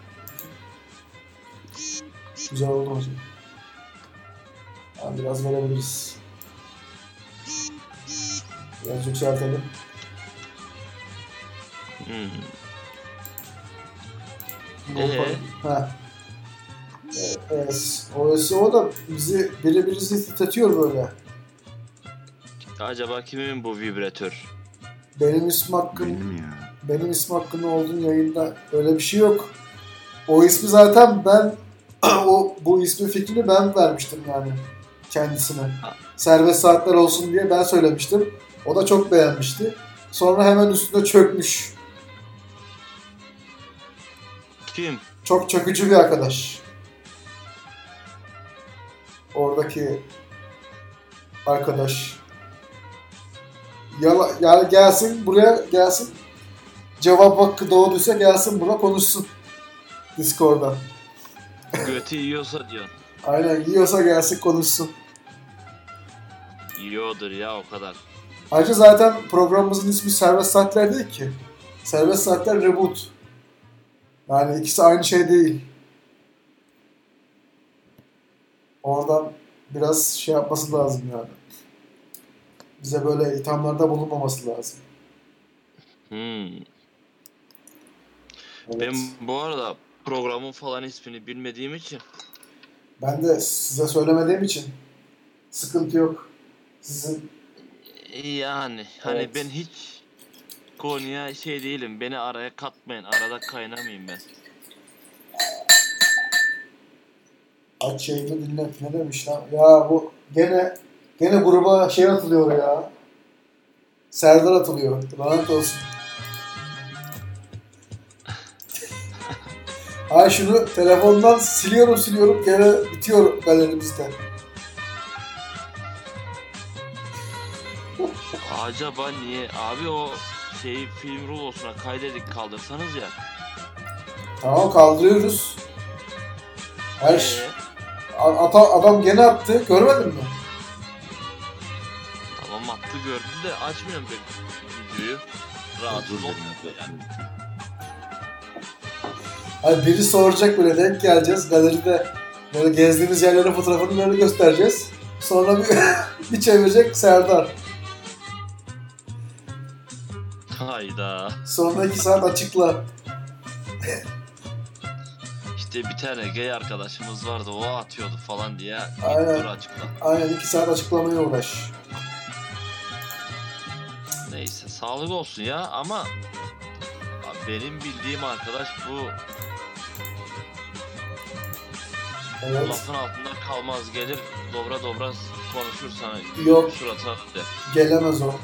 Güzel oldu hocam. Ha, biraz verebiliriz. Biraz yükseltelim. Hmm. Ee? Ee? Ha. Evet. O, o da bizi biri birisi titretiyor böyle. Acaba kimin bu vibratör? Benim ismi hakkım, Benim ya. benim ismi hakkında olduğun yayında öyle bir şey yok. O ismi zaten ben o bu ismi fikrini ben vermiştim yani kendisine. Ha. Serbest saatler olsun diye ben söylemiştim. O da çok beğenmişti. Sonra hemen üstüne çökmüş. Kim? Çok çökücü bir arkadaş. Oradaki arkadaş. Yala, yani gelsin buraya gelsin. Cevap hakkı doğduysa gelsin buna konuşsun. Discord'da. Götü yiyorsa diyor. Aynen yiyorsa gelsin konuşsun. Yiyordur ya o kadar. Ayrıca zaten programımızın ismi Serbest Saatler değil ki. Serbest Saatler Reboot. Yani ikisi aynı şey değil. Oradan biraz şey yapması lazım yani. Bize böyle ithamlarda bulunmaması lazım. Hmm. Evet. Ben bu arada programın falan ismini bilmediğim için Ben de size söylemediğim için sıkıntı yok. Sizin yani hani Evet. ben hiç konuya şey değilim. Beni araya katmayın. Arada kaynamayayım ben. aç yayını dinle ne demiş lan? Ya bu gene gene gruba şey atılıyor ya. Serdar atılıyor. Lanet olsun. Ay şunu telefondan siliyorum siliyorum gene bitiyor galerimizde. Acaba niye? Abi o şeyi film rulosuna kaydedik kaldırsanız ya. Tamam kaldırıyoruz. Her ş- Ee, A- ata, adam gene attı. Görmedin mi? tamam attı gördüm de açmıyorum ben videoyu. Rahatsız Özür dilerim. olmuyor yani. Hani biri soracak böyle denk geleceğiz. Galeride böyle gezdiğimiz yerlerin fotoğrafını böyle göstereceğiz. Sonra bir, bir çevirecek Serdar. Hayda. Sonra iki saat açıkla. İşte bir tane gay arkadaşımız vardı o atıyordu falan diye. Aynen. Dur açıkla. Aynen iki saat açıklamaya uğraş. Neyse sağlık olsun ya ama abi benim bildiğim arkadaş bu Evet. lafın altında kalmaz gelir dobra dobra konuşur sana. Yok. Suratına de. Gelemez o.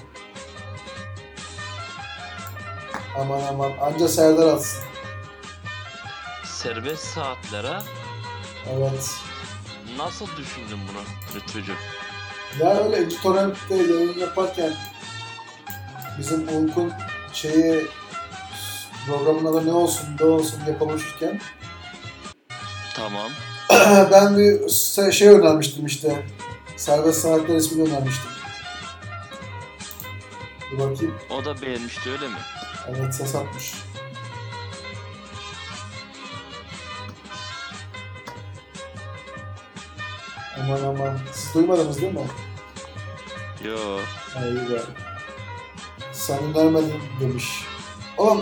Aman aman. Anca Serdar atsın. Serbest saatlere Evet. nasıl düşündün bunu Lütfücüğüm? Ya öyle editörlükte yayın yaparken bizim Ulk'un şeyi programın adı ne olsun ne olsun diye konuşurken Tamam. ben bir se- şey önermiştim işte. Serbest Saatler ismini önermiştim. Bir bakayım. O da beğenmişti öyle mi? Evet ses atmış. Aman aman. Siz duymadınız değil mi? Yo. Ha, iyi bari. Sen önermedin demiş. Oğlum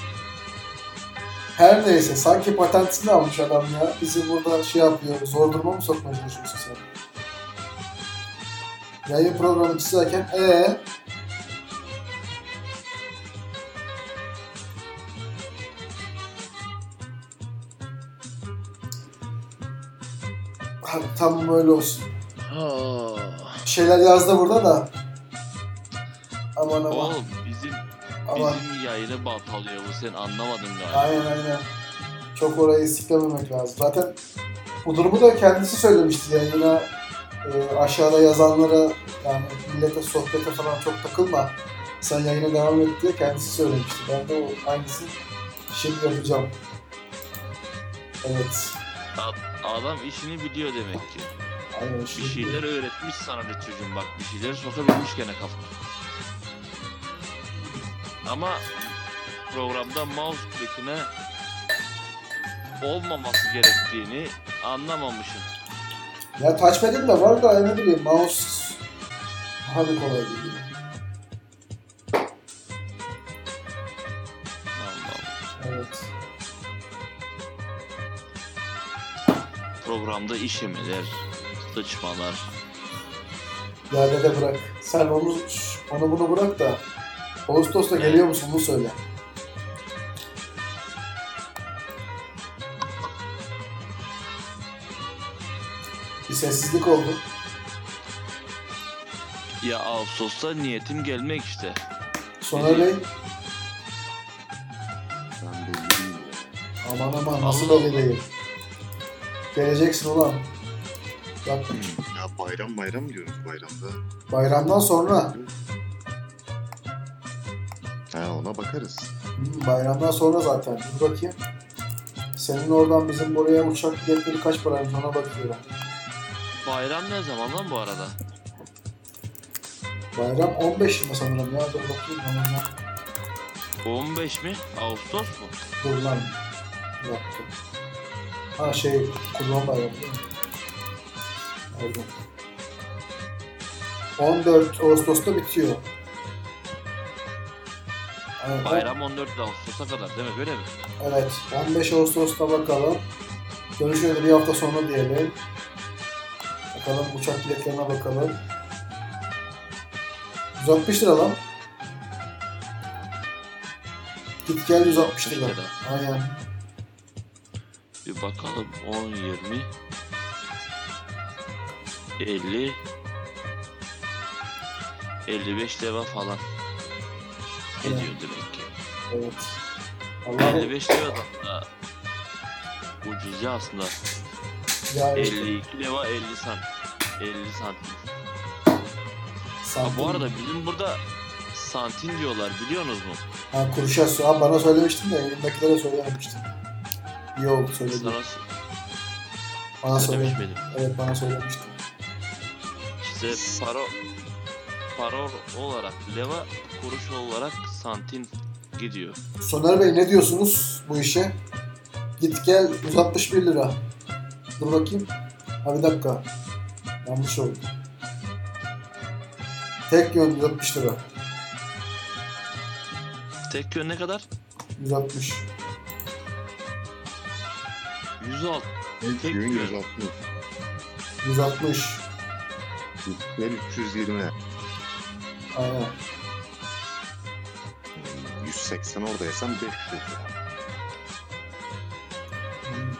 her neyse sanki patentini almış adam ya. Bizi burada şey yapıyor. Zor duruma mı sokmaya çalışıyorsun sen? Yayın programı çizerken ee tam böyle olsun. Bir şeyler yazdı burada da. Aman aman. Oğlum bizim Aman. bizim yayını baltalıyor bu sen anlamadın galiba. Aynen aynen. Çok orayı siklememek lazım. Zaten bu durumu da kendisi söylemişti yayına. E, aşağıda yazanlara yani millete sohbete falan çok takılma. Sen yayına devam et diye kendisi söylemişti. Ben de o aynısı Şimdi yapacağım. Evet. Ad- Adam işini biliyor demek ki. Aynen Bir şimdi. şeyler öğretmiş sana Lütfücüğüm, bak bir şeyler sokabilmiş gene kafa. Ama programda mouse click'ine olmaması gerektiğini anlamamışsın. Ya touchpad'im de var da ne bileyim mouse daha bir kolay geliyor. Allah Allah. Evet. Programda işemeler, sıçmalar. Ya dede bırak. Sen onu, onu bunu bırak da Ağustos'ta geliyor musun bunu söyle. Bir sessizlik oldu. Ya Ağustos'ta niyetim gelmek işte. Soner Bey, Ben belli değil ya. aman aman nasıl Allah belli değil. Geleceksin ulan. Bak, Ya bayram bayram diyoruz bayramda. bayramdan sonra. Ha ona bakarız. Hmm, bayramdan sonra zaten. Dur bakayım. Senin oradan bizim buraya uçak biletleri kaç paraymış ona bakıyorum. Bayram ne zaman lan bu arada? Bayram on beş mi sanırım ya? Dur bakayım hemen. on beş mi? Ağustos mu? Dur lan. Bir dakika. Ha şey, Kurban Bayramı değil mi? Pardon. on dört Ağustos'ta bitiyor. Evet, Bayram on dört Ağustos'a kadar değil mi? Böyle mi? evet, on beş Ağustos'ta bakalım. Dönüşüyor da bir hafta sonra diyelim. Bakalım uçak biletlerine bakalım. yüz altmış lira lan. Git gel yüz altmış lira. Aynen. Bir bakalım on, yirmi, elli, elli beş lira falan ediyor demek ki. Evet. Allah'ım elli beş lira da ucuz ya aslında. ya işte. elli iki lira elli sant. elli santim. Ha, santim- bu arada bizim burada santim diyorlar, biliyorsunuz mu? Ha, kuruşa su. Ha, bana söylemiştin de elimdekilere söylememiştim. İyi oldu söyledi. Sana Bana söylemiş söyle. miydim? Evet bana söylemiştin. İşte para para olarak leva, kuruş olarak santim gidiyor. Soner Bey ne diyorsunuz bu işe? Git gel yüz altmış bir lira. Dur bakayım. Ha bir dakika. Yanlış oldu. Tek yön yüz altmış lira. Tek yön ne kadar? yüz altmış. yüz altı. Tek Yün yön. yüz altmış. yüz altmış. Ben üç yüz yirmi. Aynen. yüz seksen oradaysam beş yüz. Hmm.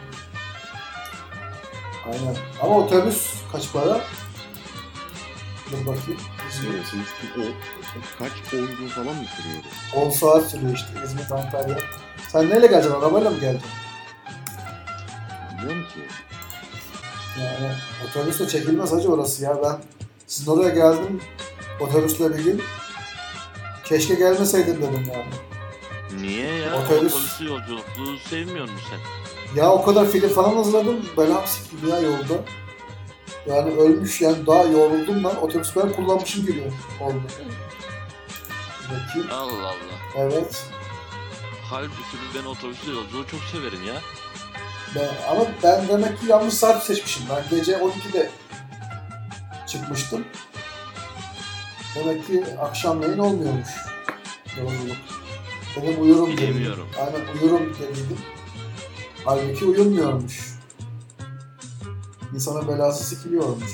Aynen. Ama otobüs kaç para? Dur bakayım. Evet, o kaç on gün falan mı sürüyordu? on saat sürüyor işte İzmit Antalya. Sen neyle geleceksin? Arabayla mı geleceksin? Bilmiyorum ki. Yani otobüsle çekilmez hacı orası ya. Ben sizin oraya geldim otobüsle bir gün. Keşke gelmeseydim dedim yani. Niye ya? Otobüs- Otobüsü yolculukluğu sevmiyor musun sen? Ya o kadar film falan hazırladım. Belam sikildi ya yolda. Yani ölmüş yani daha yoruldum lan. Otobüs ben kullanmışım gibi oldu. Bir bakayım. Allah Allah. Evet. Halbuki ben otobüsle yolculuğu çok severim ya. Ben, ama ben demek ki yanlış saat seçmişim. Ben gece on ikide çıkmıştım. Demek ki akşamleyin olmuyormuş yolculuk. Benim uyurum dediydim. Bilemiyorum. Aynen uyurum dediydim. Halbuki uyumuyormuş. İnsana belası sikiliyormuş.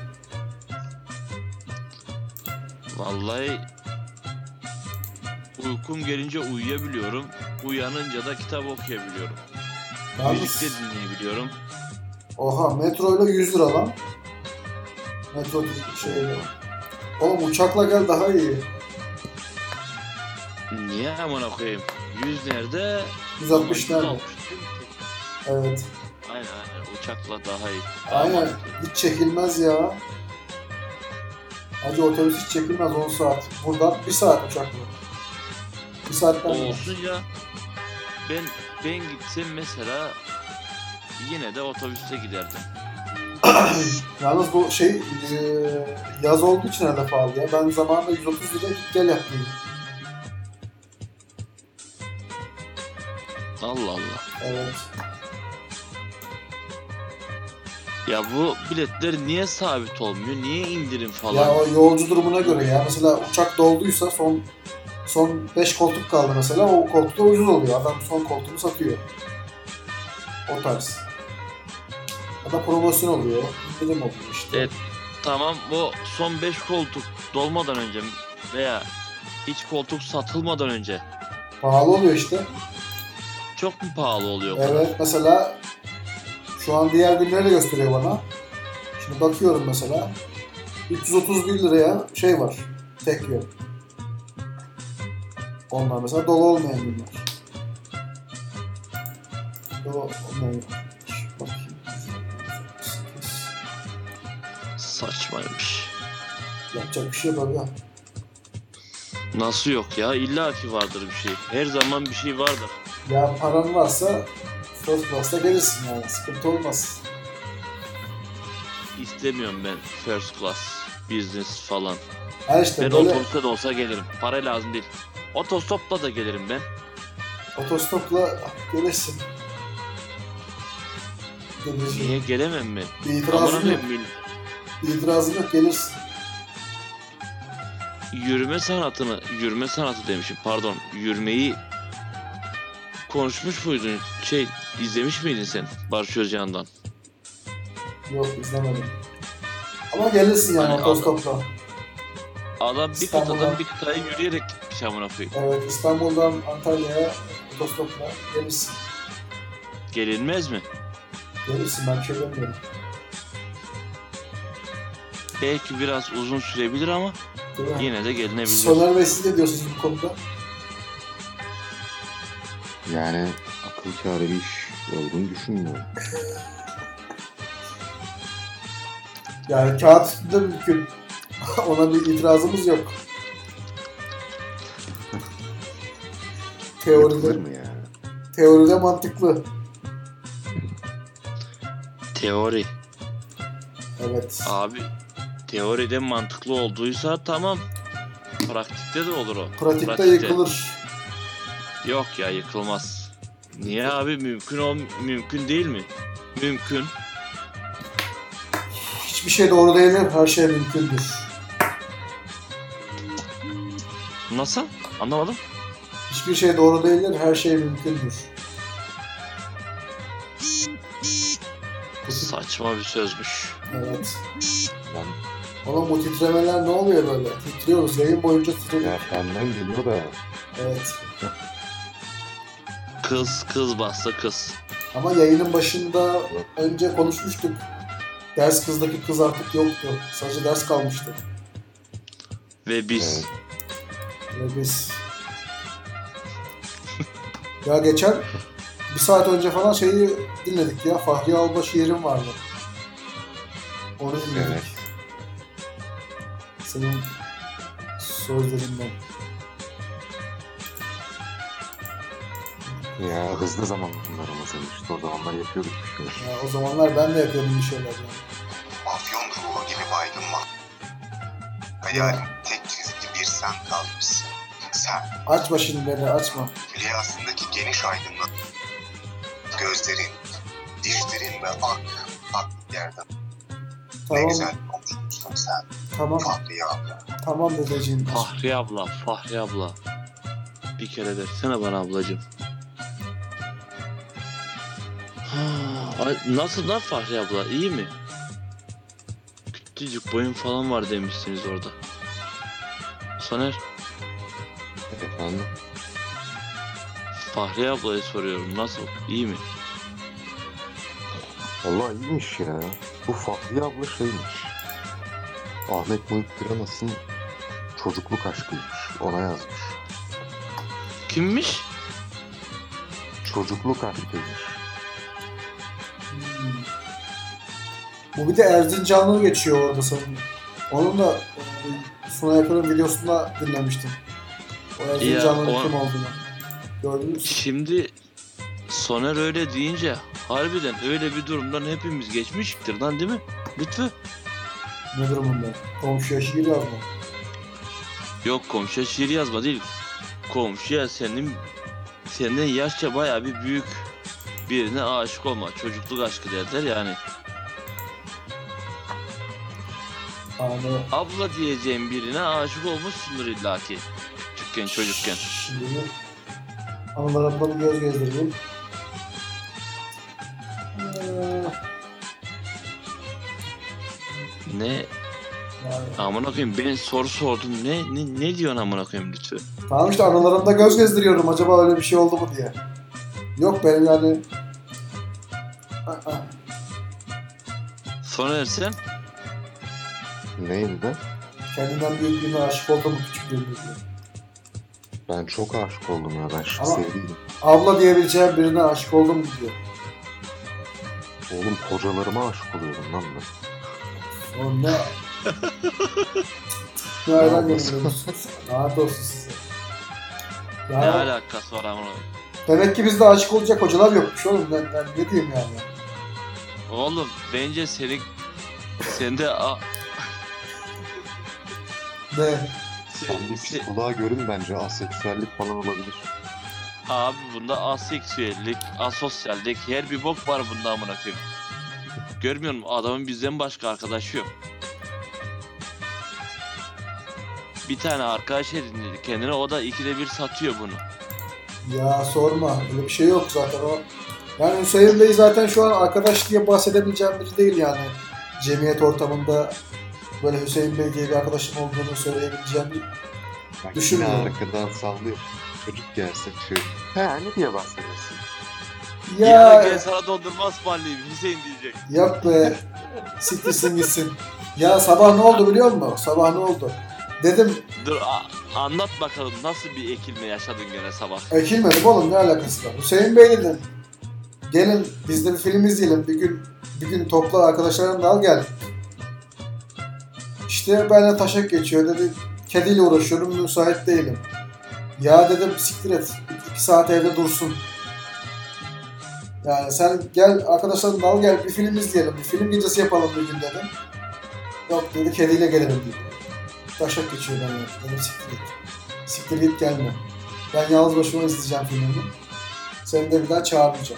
Vallahi uykum gelince uyuyabiliyorum. Uyanınca da kitap okuyabiliyorum. Yalnız, Müzik de dinleyebiliyorum. oha metro ile yüz lira lan. Metro şeyle. Oğlum uçakla gel daha iyi. Niye amına koyayım? yüz nerede? yüz altmış Ama nerede? yüz altmış değil mi? Evet. Aynen aynen. Uçakla daha iyi. Daha Aynen. mantıklı. Hiç çekilmez ya. Hacı otobüs hiç çekilmez on saat. Buradan bir saat uçakla. Bir saatten Olsun ya. ben ben gitsem mesela yine de otobüste giderdim. Yalnız bu şey e, yaz olduğu için herhalde pahalı ya. Ben zamanında yüz otuz lira git gel yaptım. Allah Allah. Evet. Ya bu biletler niye sabit olmuyor? Niye indirim falan? Ya o yolcu durumuna göre ya. Mesela uçak dolduysa son son beş koltuk kaldı mesela. O koltuk da ucuz oluyor. Adam son koltuğunu satıyor. O tarz. Ya da promosyon oluyor. İndirim oluyor işte. Evet. Tamam, bu son beş koltuk dolmadan önce veya hiç koltuk satılmadan önce Pahalı oluyor işte. çok mu pahalı oluyor? o kadar? Evet, mesela şu an diğer günleri de gösteriyor bana. Şimdi bakıyorum mesela. üç yüz otuz bir liraya şey var. Tek yön. Onlar mesela dolu olmayan günler. Dolu olmayan günler. Bakayım. Saçmaymış. Yapacak bir şey yok abi ya. Nasıl yok ya? İlla ki vardır bir şey. Her zaman bir şey vardır. Ya paran varsa first class'ta gelirsin yani. Sıkıntı olmaz. İstemiyorum ben first class, business falan. Ha işte Ben böyle otobüste de olsa gelirim. Para lazım değil. Otostopla da gelirim ben. otostopla gelirsin. Gelirsin. Niye gelemem ben? Bir Amına itirazım yok. koyayım, mil- Bir itirazım yok, gelirsin. yürüme sanatını, yürüme sanatı demişim pardon. Yürümeyi konuşmuş muydun? Şey, izlemiş miydin sen Barış Özcan'dan? Yok, izlemedim. Ama gelirsin yani Hani otostopla. Adam bir İstanbul'dan- kıtadan bir kıtaya yürüyerek gitmiş amına koyayım. Evet, İstanbul'dan Antalya'ya otostopla gelirsin. Gelinmez mi? Gelirsin, ben bir şey demiyorum. Belki biraz uzun sürebilir ama Değil mi? yine de gelinebilir. Soner Bey, siz ne diyorsunuz bu konuda? Yani akıl kârı bir iş olduğunu düşünmüyorum. Yani kağıt üstünde mümkün. Ona bir itirazımız yok. Yapılır Teoride, mı ya? teoride mantıklı. Teori. Evet. Abi teoride mantıklı olduysa tamam. Pratikte de olur o. Pratikte yıkılır. Yok ya, yıkılmaz. Niye abi, mümkün ol mümkün değil mi? Mümkün. Hiçbir şey doğru değildir, her şey mümkündür. Nasıl? Anlamadım. Hiçbir şey doğru değildir, her şey mümkündür. Saçma bir sözmüş. Evet. Ben, Oğlum bu titremeler ne oluyor böyle? Titriyoruz, yayın boyunca titriyoruz. ya benden geliyor da Evet. Kız kız bassa kız. Ama yayının başında önce konuşmuştuk. Ders kızdaki kız artık yoktu. Sadece ders kalmıştı. Ve biz. Evet. Ve biz... ya geçen bir saat önce falan şeyi dinledik ya. Fahri Alba şiirim vardı. Onu dinledik. Evet. Senin sözlerinden. Ya hızlı zamanlar ama sen işte o zamanlar yapıyorduk bir şey. Ya o zamanlar ben de yapıyordum bir şeyler yani. Afyon ruhu gibi baygınma. Hayalim tek çizgi bir sen kalmışsın. Sen, Açma şimdi beni, açma. rüyasındaki geniş aydınlık. Gözlerin, dişlerin ve ak, ak yerden. Ne Tamam, güzel komşumsun sen. tamam, Fahriye abla. tamam dedeciğim. Fahri abla, Fahri abla. Bir kere dersene bana ablacığım. Ha, ay, nasıl lan Fahri abla, iyi mi? Küçücük boyun falan var demişsiniz orada. Soner, Efendim? Fahri ablaya soruyorum, nasıl, iyi mi? Vallahi iyiymiş ya. Bu Fahriye abla şeymiş. Ahmet Muhit Piranas'ın çocukluk aşkıymış. Ona yazmış. Kimmiş? Çocukluk aşkıymış. Hmm. Bu bir de Erzincanlı geçiyor orada sanırım. Onun da e, Sunay Akın'ın videosunda dinlemiştim. O Erzincanlı'nın Ya, o- kim olduğunu. Gördünüz mü? Şimdi Soner öyle deyince harbiden öyle bir durumdan hepimiz geçmişiktir lan değil mi? Lütfü. Ne durumunda? Komşuya şiir yazma. Yok komşuya şiir yazma değil. Komşuya senin senden yaşça bayağı bir büyük birine aşık olma. Çocukluk aşkı derler yani. Yani Abla diyeceğim birine aşık olmuşsundur illaki. Küçükken çocukken. şimdi anılarımda bir göz gezdireyim. Ee, Ne? yani, Amına koyayım ben soru sordum. Ne ne, ne diyorsun amına koyayım lütfen? tamam işte anılarımda göz gezdiriyorum. Acaba öyle bir şey oldu mu diye. Yok benim yani... Aa, Soner sen? Neydi de? kendinden büyük birine aşık oldum mu küçüklüğümüzde? Ben çok aşık oldum ya. Ben şu Ama- sevgiliydim. Abla diyebileceğim birine aşık oldum mu diyor. Oğlum kocalarıma aşık oluyorum lan ben. Oğlum ne... ne ayran gönderiyorsunuz? Lanet olsun size. Ne Yani, alakası var amına koyayım? demek ki bizde aşık olacak hocalar yokmuş oğlum. Ben, ben ne diyeyim yani? Oğlum bence senin sende a, Ne? Sen bir se- psikoloğa görün bence. Aseksüellik falan olabilir. abi bunda aseksüellik, asosyallik her bir bok var bunda amına koyayım. Görmüyor musun? Adamın bizden başka arkadaşı yok. Bir tane arkadaş edindi kendine, o da ikide bir satıyor bunu. Ya sorma. Öyle bir şey yok zaten o. Yani Hüseyin Bey zaten şu an arkadaş diye bahsedebileceğim biri değil yani. Cemiyet ortamında böyle Hüseyin Bey diye bir arkadaşım olduğunu söyleyebileceğim bir... Bak Düşünmüyorum. yine arkadan sallıyor. Çocuk gelse çığır. He ne diye bahsediyorsun? Ya, Ya, gel sana dondurma ısmarlayayım Hüseyin diyecek. yok be. Siktirsin gitsin. Ya sabah ne oldu biliyor musun? Sabah ne oldu? Dedim Dur a- anlat bakalım nasıl bir ekilme yaşadın gene sabah. ekilmedim oğlum ne alakası var? Hüseyin Bey dedim. Gelin biz de bir film izleyelim. Bir gün bir gün topla arkadaşlarını da al gel. İşte benimle taşak geçiyor dedi. Kediyle uğraşıyorum müsait değilim. Ya dedim siktir et. İki saat evde dursun. Yani sen gel arkadaşlarını da al gel bir film izleyelim. Bir film gecesi yapalım bir gün dedim. Yok dedi kediyle gelelim dedi. Taşak geçiyor benimle. Dedim siktir git. Siktir git gelme. Ben yalnız başıma izleyeceğim filmimi. Seni de bir daha çağırmayacağım.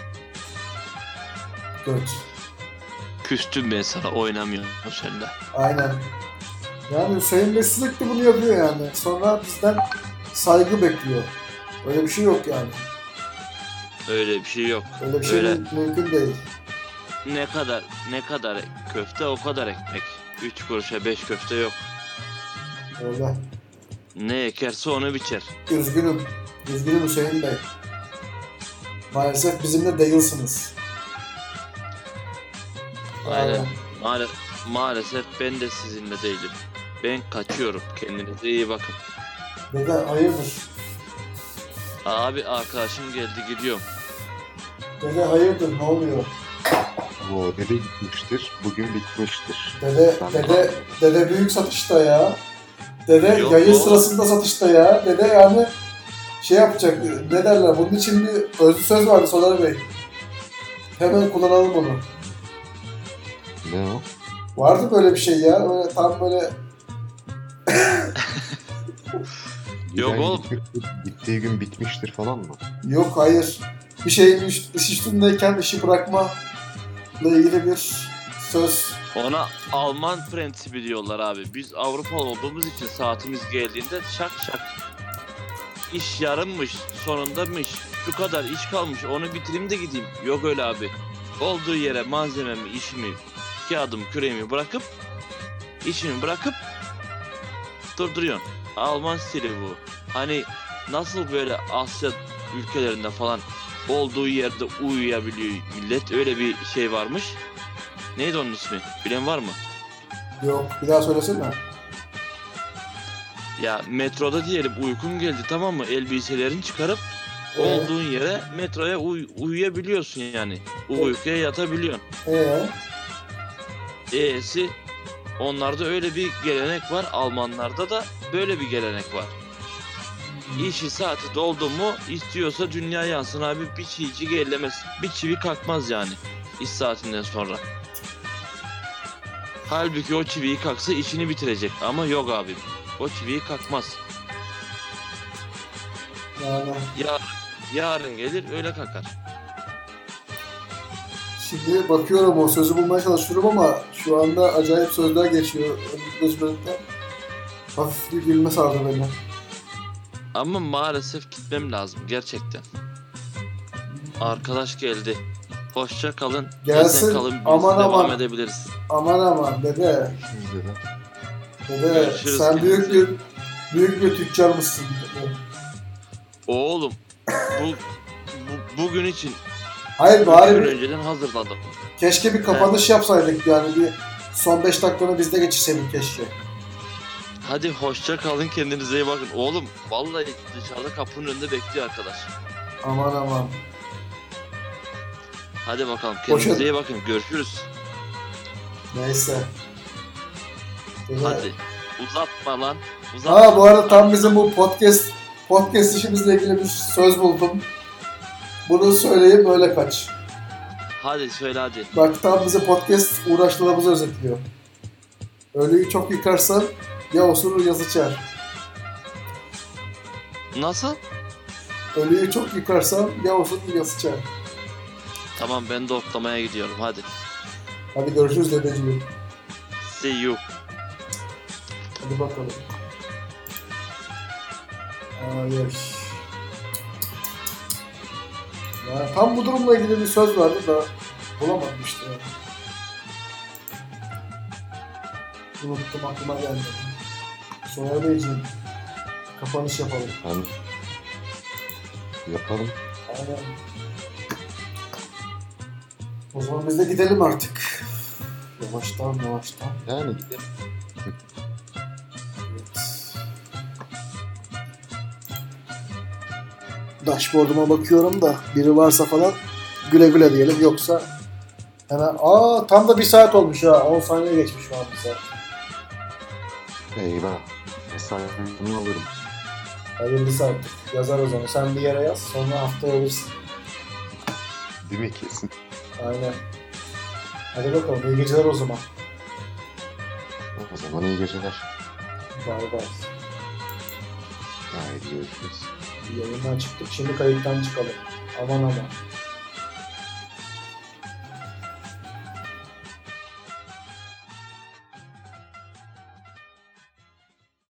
Göt. Küstüm ben sana, oynamıyorum seninle. Aynen. Yani Hüseyin Bey sürekli bunu yapıyor yani. Sonra bizden saygı bekliyor. Öyle bir şey yok yani. Öyle bir şey yok. Öyle bir şey Öyle. mü- mümkün değil. Ne kadar ne kadar köfte o kadar ekmek. Üç kuruşa beş köfte yok. Öyle. Ne ekerse onu biçer. Üzgünüm. Üzgünüm Hüseyin Bey. Maalesef bizimle değilsiniz. Aynen. Maal maalesef ben de sizinle değilim. Ben kaçıyorum. Kendinize iyi bakın. Dede hayırdır? Abi arkadaşım geldi, gidiyorum. Dede hayırdır ne oluyor? O dede gitmiştir. Bugün bitmiştir. Dede, Ben- dede, dede büyük satışta ya. Dede Yok yayın oğlum. sırasında satışta ya. Dede yani şey yapacak, ne derler, bunun için bir özlü söz vardı Soner Bey. Hemen kullanalım onu. Ne o? Vardı böyle bir şey ya, öyle tam böyle Yok Giden oğlum. gitmiş- Gittiği gün bitmiştir falan mı? yok hayır. Bir şeyin iş, iş üstündeyken işi bırakma ile ilgili bir söz. Ona Alman prensibi diyorlar abi. Biz Avrupalı olduğumuz için saatimiz geldiğinde şak şak. İş yarınmış, sonundamış. Şu kadar iş kalmış, onu bitireyim de gideyim. Yok öyle abi. Olduğu yere malzememi, işimi, kağıdımı, küreğimi bırakıp, işimi bırakıp durduruyorsun. Alman stili bu. Hani nasıl böyle Asya ülkelerinde falan olduğu yerde uyuyabiliyor millet, öyle bir şey varmış. Neydi onun ismi? Bilen var mı? Yok, bir daha söylesene. Ya metroda diyelim uykun geldi, tamam mı? Elbiselerini çıkarıp Ee? olduğun yere metroya uy- uyuyabiliyorsun yani. Uykuya yatabiliyorsun. Ee, E'si onlarda öyle bir gelenek var. Almanlarda da böyle bir gelenek var. İşi saati doldu mu istiyorsa dünya yansın abi, bir çiğci gellemez. Bir çivi kalkmaz yani iş saatinden sonra. Halbuki o çiviyi kalksa işini bitirecek ama yok abi. O çiviyi kalkmaz. Yani Yarın, yarın gelir öyle kalkar. şimdi bakıyorum, o sözü bulmaya çalışıyorum ama şu anda acayip sözler geçiyor gözümden. Hafif bir gülme sardı beni. Ama maalesef gitmem lazım gerçekten. Arkadaş geldi. Hoşça kalın. Gelsin, esen kalın. Biz aman devam aman. edebiliriz. Aman aman dede. Şimdi de. Dede Görüşürüz, sen büyük kendinize. bir büyük bir tüccar mısın? Oğlum bu, bu bugün için Hayır bir bari gün bir, önceden hazırladım. keşke bir kapanış yapsaydık yani, bir son beş dakikanı bizde geçirseydik keşke. Hadi hoşça kalın, kendinize iyi bakın. Oğlum vallahi dışarıda kapının önünde bekliyor arkadaş. Aman aman. Hadi bakalım, kendinize Boşa- iyi bakın. Görüşürüz. Neyse. Dede. Hadi. Uzatma lan. Uzatma. Ha bu arada tam bizim bu podcast podcast işimizle ilgili bir söz buldum. Bunu söyleyeyim öyle kaç. Hadi söyle hadi. Bak tam bize podcast uğraşlarımızı özetliyor. Ölüyü çok yıkarsan ya osurur ya sıçar. Nasıl? Ölüyü çok yıkarsan ya osurur ya sıçar. Tamam, ben de otlamaya gidiyorum hadi. Hadi görüşürüz dedeciğim. See you. Hadi bakalım. Ay ay. Ya tam bu durumla ilgili bir söz vardı da bulamadım işte. Unuttum, aklıma gelmedi. Soner Beyciğim, kapanış yapalım. Hani yapalım. Aynen. O zaman biz de gidelim artık. Yavaştan yavaştan. Yani gidelim. Evet. Dashboard'uma bakıyorum da biri varsa falan güle güle diyelim, yoksa hemen aa tam da bir saat olmuş ha, on saniye geçmiş şu an bir saat. Eyvah. Mesajını alırım. Hayırlısı artık. Yazar o zaman. Sen bir yere yaz, sonra haftaya alırsın. Değil mi kesin? Aynen. Hadi bakalım, iyi geceler o zaman. O zaman iyi geceler. Bay bay. Haydi görüşürüz. Yayından çıktık, şimdi kayıttan çıkalım. Aman aman.